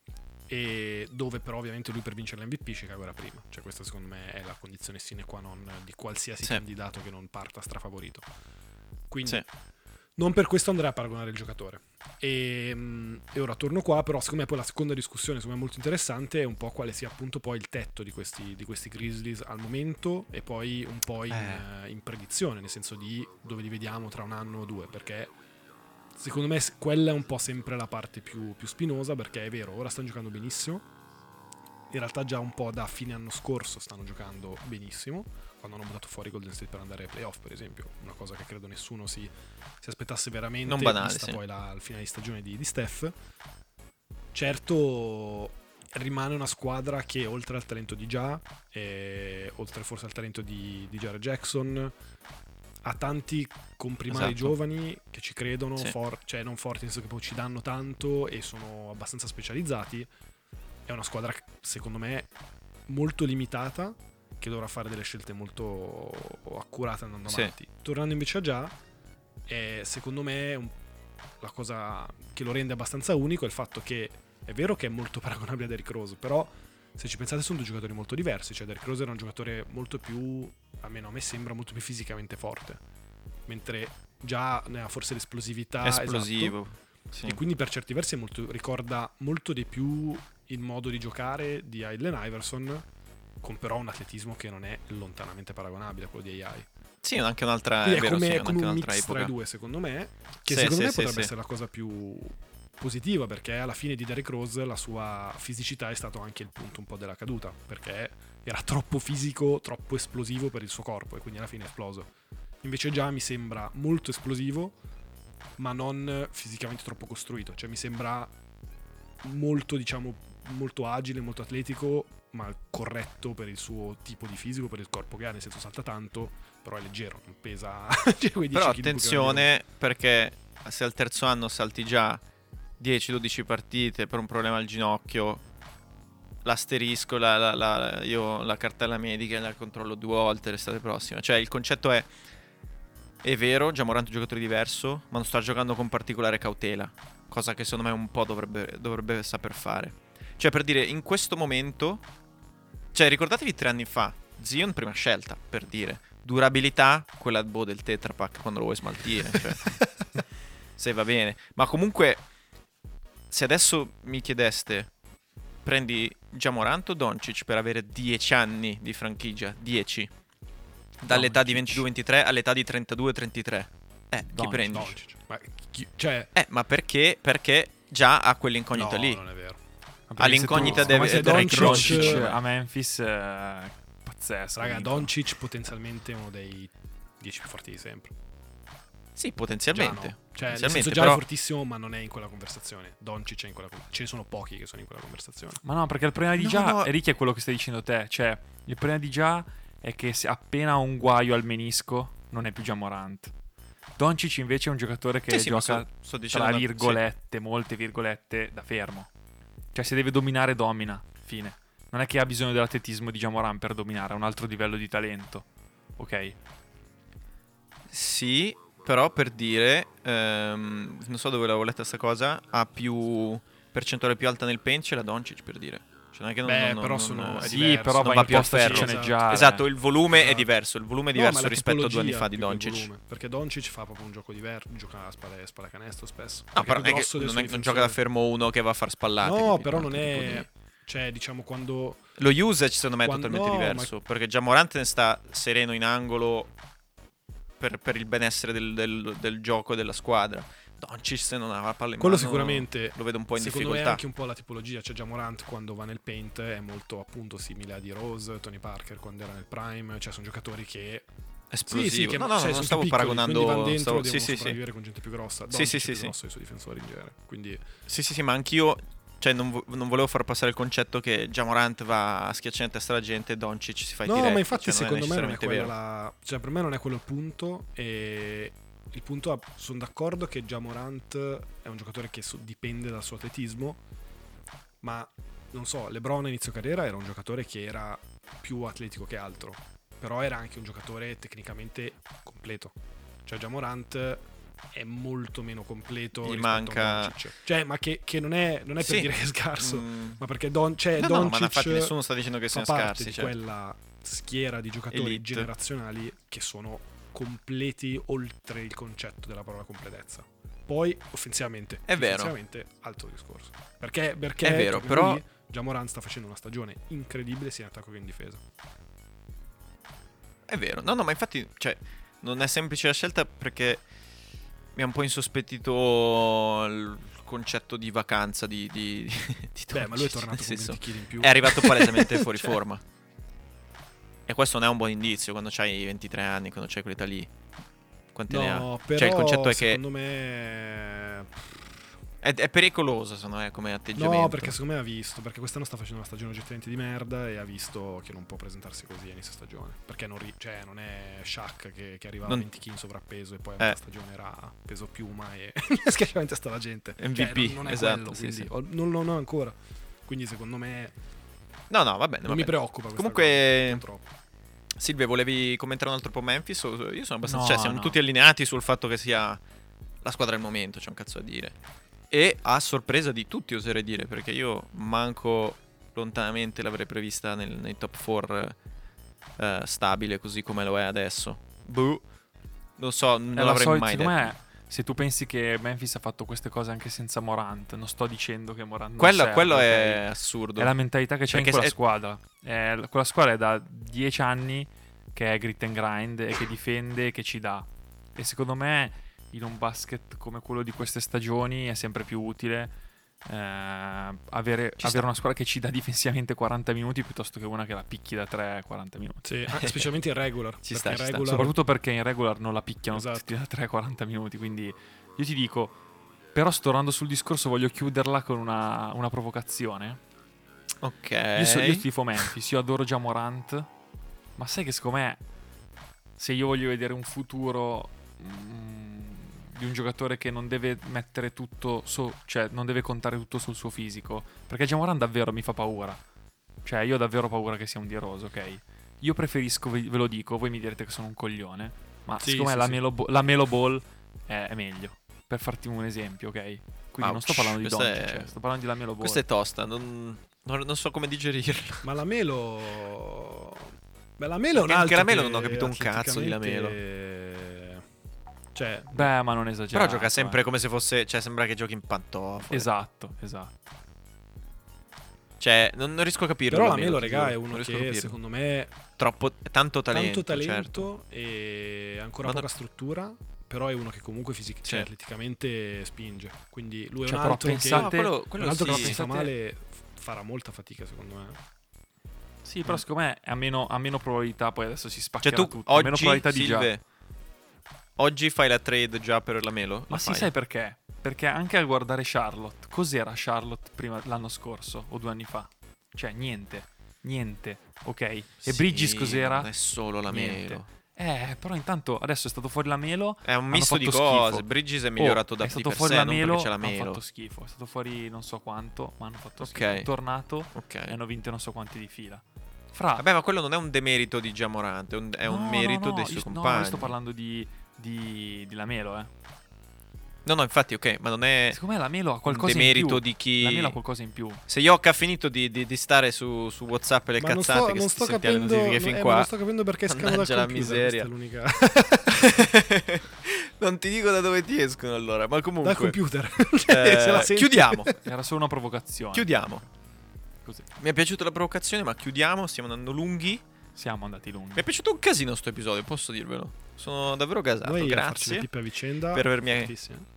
e dove però ovviamente lui per vincere l'MVP Chicago era prima, cioè questa secondo me è la condizione sine qua non di qualsiasi Sì. candidato che non parta strafavorito. Quindi Sì. Non per questo andrei a paragonare il giocatore. E ora torno qua, però secondo me poi la seconda discussione, secondo me molto interessante, è un po' quale sia appunto poi il tetto di questi Grizzlies al momento, e poi un po' in predizione, nel senso di dove li vediamo tra un anno o due, perché secondo me quella è un po' sempre la parte più spinosa, perché è vero, ora stanno giocando benissimo, in realtà già un po' da fine anno scorso stanno giocando benissimo, quando hanno buttato fuori Golden State per andare ai playoff, per esempio, una cosa che credo nessuno si aspettasse veramente, non banale, vista sì. poi il finale di stagione di Steph. Certo, rimane una squadra che oltre al talento di Ja, oltre forse al talento di Jared Jackson, ha tanti comprimari Esatto. giovani che ci credono, Sì. cioè non forti, nel senso che poi ci danno tanto e sono abbastanza specializzati. È una squadra, secondo me, molto limitata, che dovrà fare delle scelte molto accurate andando Sì. avanti. Tornando invece a Ja, secondo me la cosa che lo rende abbastanza unico è il fatto che è vero che è molto paragonabile a Derrick Rose, però se ci pensate sono due giocatori molto diversi. Cioè Derrick Rose era un giocatore molto più, almeno a me sembra, molto più fisicamente forte, mentre Ja ne ha forse l'esplosività, Esplosivo. esatto, Sì. e quindi per certi versi ricorda molto di più il modo di giocare di Allen Iverson, con però un atletismo che non è lontanamente paragonabile a quello di AI. Sì, anche un'altra. Quindi È vero, come, sì, come anche un un'altra mix tra epoca. i due, secondo me, che Sì, secondo sì, me sì, potrebbe sì. essere la cosa più positiva, perché alla fine di Derrick Rose la sua fisicità è stato anche il punto un po' della caduta, perché era troppo fisico, troppo esplosivo per il suo corpo, e quindi alla fine è esploso. Invece già mi sembra molto esplosivo, ma non fisicamente troppo costruito. Cioè mi sembra molto, diciamo, molto agile, molto atletico, ma corretto per il suo tipo di fisico, per il corpo che ha, nel senso salta tanto, però è leggero, non pesa. Cioè, quei 10 Però chili attenzione, perché se al terzo anno salti già 10-12 partite per un problema al ginocchio, l'asterisco, io la cartella medica la controllo 2 volte l'estate prossima. Cioè il concetto è vero, Ja Morant è un giocatore diverso, ma non sta giocando con particolare cautela, cosa che secondo me un po' dovrebbe saper fare. Cioè, per dire, in questo momento, cioè ricordatevi 3 anni fa, Zion prima scelta, per dire, durabilità, quella del Tetra Pak quando lo vuoi smaltire, cioè se va bene. Ma comunque, se adesso mi chiedeste, prendi Ja Morant o Doncic per avere 10 anni di franchigia, 10, dall'età di 22-23 all'età di 32-33, chi Doncic. prendi? Doncic. Cioè, Ma perché? Perché già ha quell'incognita no, lì. non è vero. All'incognita Secondo me deve se Doncic- Doncic a Memphis pazzesco. Raga, vincono. Doncic potenzialmente è uno dei 10 più forti di sempre. Sì, Già potenzialmente. no. Cioè, nel Potenzialmente, senso già però- è fortissimo, ma non è in quella conversazione. Doncic è in quella ce ne sono pochi che sono in quella conversazione. Ma no, perché il problema di No, Ja, no. Ricky, è quello che stai dicendo te. Cioè, il problema di Ja è che se appena ha un guaio al menisco, non è più Ja Morant. Doncic invece è un giocatore che Sì, ma gioca sto dicendo tra una- virgolette, molte virgolette, da fermo. Cioè, se deve dominare, domina. Fine. Non è che ha bisogno dell'atletismo di Ja Morant per dominare, ha un altro livello di talento. Ok? Sì, però per dire, non so dove l'avevo letta sta cosa, ha più percentuale più alta nel paint, c'è la Doncic, per dire. Cioè, non è che Però sono- è Sì, diverso. però non va va in più a posto a ferro. ciccioneggiare. Esatto, il volume è Esatto. diverso. Il volume è No, ma diverso la rispetto a 2 anni tipologia fa di più che il Doncic. volume, perché Doncic fa proprio un gioco diverso, gioca a spalla canestro spesso. No, Perché però il è che grosso del non, suo non gioca da difensore- fermo uno che va a far spallate. No, capito? però non Tipo è... di- Cioè, diciamo, quando... Lo usage secondo me è Quando- totalmente no, diverso. Perché già Morant ne sta sereno in angolo per il benessere del gioco e della squadra. Doncic se non ha la palla in Quello mano, sicuramente, lo vedo un po' in secondo me è difficoltà. anche un po' la tipologia. Cioè, Ja Morant quando va nel paint è molto appunto simile a D-Rose, Tony Parker quando era nel prime. Cioè, sono giocatori che... Esplosivo. che no, cioè, non sono stavo più piccoli, paragonando. quindi vanno dentro, Sì, devono sì, sì. sopravvivere con gente più grossa. Sì, Doncic sì, è sì, più sì. grosso dei suoi difensori in genere. Quindi Sì, ma anch'io. Cioè, non volevo far passare il concetto che Ja Morant va a schiacciare in testa la gente e Doncic si fa i no, diretti. ma infatti Cioè, secondo me non è necessariamente quella vero. la... Cioè, per me non è quello il punto. E il punto sono d'accordo che Ja Morant è un giocatore che dipende dal suo atletismo, ma non so, LeBron a inizio carriera era un giocatore che era più atletico che altro, però era anche un giocatore tecnicamente completo. Cioè Ja Morant è molto meno completo Gli rispetto manca- a Doncic. Cioè, ma che non è per Sì. dire che è scarso, ma perché No, Doncic ma infatti nessuno sta dicendo che fa siano parte scarsi. di cioè. quella schiera di giocatori Elite. generazionali che sono completi oltre il concetto della parola completezza. Poi offensivamente È vero. difensivamente, altro discorso. Perché È vero, perché però- lui, Ja Morant sta facendo una stagione incredibile sia in attacco che in difesa. È vero. No, ma infatti, cioè, non è semplice la scelta perché mi ha un po' insospettito il concetto di vacanza di Beh, ma lui è Doncic, tornato nel con senso, 20 kg in più. è arrivato palesemente fuori Cioè, forma. E questo non è un buon indizio quando c'hai 23 anni, quando c'hai quell'età lì. Quanti ne ha? No, però Cioè, il concetto è che secondo me è pericoloso, secondo me, come atteggiamento. no, perché secondo me ha visto, perché quest'anno sta facendo una stagione oggettivamente di merda e ha visto che non può presentarsi così a inizio stagione. Perché non è Shaq che arriva a 20 kg in sovrappeso e poi a metà stagione era peso piuma e schiacciamente sta la gente. MVP, Cioè, non è esatto, quello, sì, quindi sì. non ho ancora. Quindi secondo me No, va bene. non mi preoccupa questa Comunque, cosa, purtroppo. Silvia, volevi commentare un altro po' Memphis? Io sono abbastanza... No, cioè, siamo no. tutti allineati sul fatto che sia la squadra del momento, c'è un cazzo da dire. E a sorpresa di tutti, oserei dire, perché io manco lontanamente l'avrei prevista nei top 4 stabile, così come lo è adesso. Boh, non so, non l'avrei mai secondo detto. me, se tu pensi che Memphis ha fatto queste cose anche senza Morant, non sto dicendo che Morant non Quello serve, è ok? assurdo. È la mentalità che c'è in Perché quella se- squadra. Quella squadra è da 10 anni che è grit and grind e che difende e che ci dà. E secondo me in un basket come quello di queste stagioni è sempre più utile avere una squadra che ci dà difensivamente 40 minuti piuttosto che una che la picchi da 3 40 minuti. Sì, specialmente in regular. Ci perché sta, in ci sta. regular Soprattutto perché in regular non la picchiano Esatto. tutti da 3-40 minuti. Quindi io ti dico, però sto tornando sul discorso, voglio chiuderla con una provocazione. Ok. Io tifo Memphis, io adoro già Morant, ma sai che secondo me, se io voglio vedere un futuro di un giocatore che non deve mettere tutto, cioè non deve contare tutto sul suo fisico, perché già Morant davvero mi fa paura. Cioè io ho davvero paura che sia un diroso, ok? Io preferisco, ve lo dico, voi mi direte che sono un coglione, ma Sì, secondo me sì, la Melo Ball è meglio. Per farti un esempio, ok? Quindi non sto Ouch, parlando di questa Doncic, è- sto parlando di la Melo Ball. Questa è tosta, non so come digerirla. Ma la Melo. Beh, la Melo è un Anche altro la Melo che non ho capito un cazzo di atleticamente- Cioè, Beh, ma non esagerato. Però gioca sempre come se fosse... Cioè, sembra che giochi in pantofole. Esatto. Cioè, non riesco a capirlo. però la ti Melo, giuro. regà, è Non uno riesco a che capirlo. secondo me Tanto talento, tanto talento certo. e ancora Ma no- poca struttura, però è uno che comunque Sì. atleticamente spinge. Quindi lui è Cioè, un però altro pensate- che No, un quello altro che sì. se fa Pensate- male farà molta fatica, secondo me. Sì, però secondo me ha meno probabilità, poi adesso si Cioè, spaccherà tu tutto. Ha meno oggi, probabilità di già. Silve, oggi fai la trade già per la Melo? Ma La sì, fai? sai perché? Perché anche a guardare Charlotte, cos'era Charlotte prima l'anno scorso o 2 anni fa? Cioè, niente, ok? E Sì, Bridges cos'era? Non è solo la Niente. Melo. Però intanto adesso è stato fuori la Melo. È un hanno misto di fatto cose. schifo. Bridges è migliorato È di stato per fuori sé, la non Melo, perché c'è la hanno Melo. fatto schifo. È stato fuori non so quanto, ma hanno fatto Ok. schifo. È tornato Ok. e hanno vinto non so quanti di fila. Fra Vabbè, ma quello non è un demerito di Giamorant, è un merito dei suoi compagni. No, io sto parlando di Lamelo, No, infatti, ok, ma non è Secondo me Lamelo ha un qualcosa in demerito più. di chi... Lamelo ha qualcosa in più. Se Yocca ha finito di stare su WhatsApp e le Ma non cazzate sto, che non si sto sente le capendo, notifiche fin ma qua. non sto capendo perché escano dal Mannaggia la computer. miseria. Questa è l'unica. Non ti dico da dove ti escono allora, ma comunque... Dal computer. Cioè, se la senti. chiudiamo, Era solo una provocazione. chiudiamo. Così. Mi è piaciuta la provocazione, ma chiudiamo, stiamo andando lunghi. Siamo andati lunghi. Mi è piaciuto un casino sto episodio, posso dirvelo. Sono davvero gasato, Noi a farci le grazie. pippe a vicenda. per avermi- fortissime.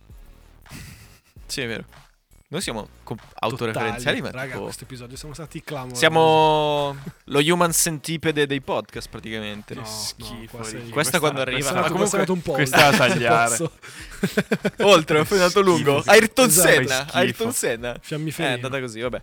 Sì, è vero. Noi siamo autoreferenziali, Totali. ma Raga, tipo... questo episodio siamo stati clamorosi. Siamo lo human centipede dei podcast praticamente. No, schifo, qua sei- Ricky. Questa quando arriva. Questo è Ma stato- comunque questo è stato un po'. questa è da tagliare. Posso? oltre, ho frenato lungo. Schifo. Ayrton Esatto. Senna, Schifo. Ayrton Senna. È Fiammiferino. andata così, vabbè.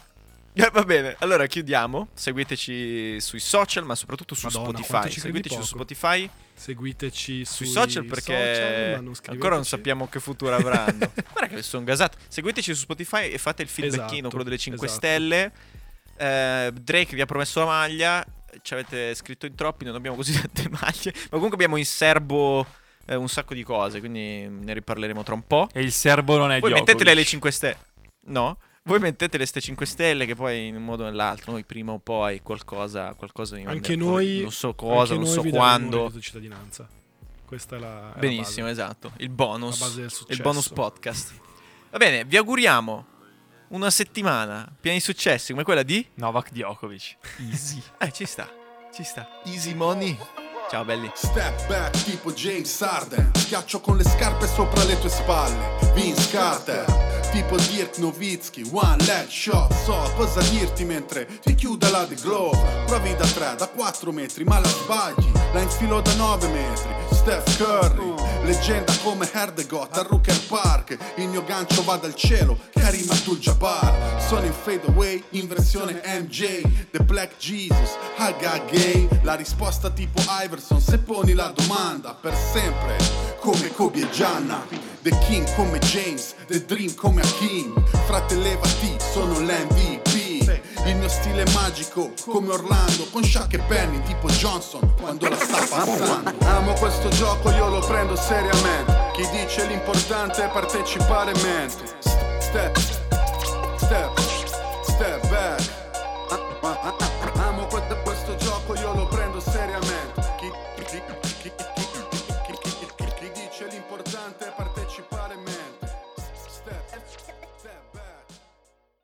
Va bene, allora chiudiamo. Seguiteci sui social, ma soprattutto su Madonna, quanto Spotify. ci credi Seguiteci su poco. Spotify, Seguiteci sui sui social perché ma non ancora non scriveteci. sappiamo che futuro avranno. Guarda che sono gasato. Seguiteci su Spotify e fate il feedbackino, Esatto, quello delle 5 esatto. stelle. Drake vi ha promesso la maglia. Ci avete scritto in troppi, non abbiamo così tante maglie. Ma comunque abbiamo in serbo un sacco di cose, quindi ne riparleremo tra un po'. E il serbo non è Voi Djokovic. mettetele le 5 stelle. No? Voi mettetele ste 5 stelle che poi in un modo o nell'altro noi prima o poi qualcosa vi Anche manderemo. noi non so cosa, anche non noi so vi daremo un quando. reddito di cittadinanza. Questa è la Benissimo, base. esatto. Il bonus. La base del successo. Il bonus podcast. Va bene, vi auguriamo una settimana piena di successi come quella di... Novak Djokovic. Easy. Ci sta. Easy money. Ciao belli. Step back tipo James Harden, schiaccio con le scarpe sopra le tue spalle. Vince Carter, tipo Dirk Nowitzki, one leg shot. So cosa dirti mentre ti chiuda la The Glove. Provi da 3, da 4 metri, ma la sbagli. La infilo da 9 metri. Steph Curry, leggenda come Herdegot a Rooker Park. Il mio gancio va dal cielo, Karim Abdul-Jabbar. Sono in fadeaway, in versione MJ. The Black Jesus, I got game. La risposta tipo Iverson, se poni la domanda. Per sempre, come Kobe e Gianna. The King come James, The Dream come Hakim. Frate levati, sono l'MVP. Il mio stile è magico come Orlando, con Shaq e Penny tipo Johnson quando la sta passando. Amo questo gioco, io lo prendo seriamente. Chi dice l'importante è partecipare mente. Step back. Amo questo gioco, io lo prendo seriamente. Chi dice l'importante è partecipare mente. Step back.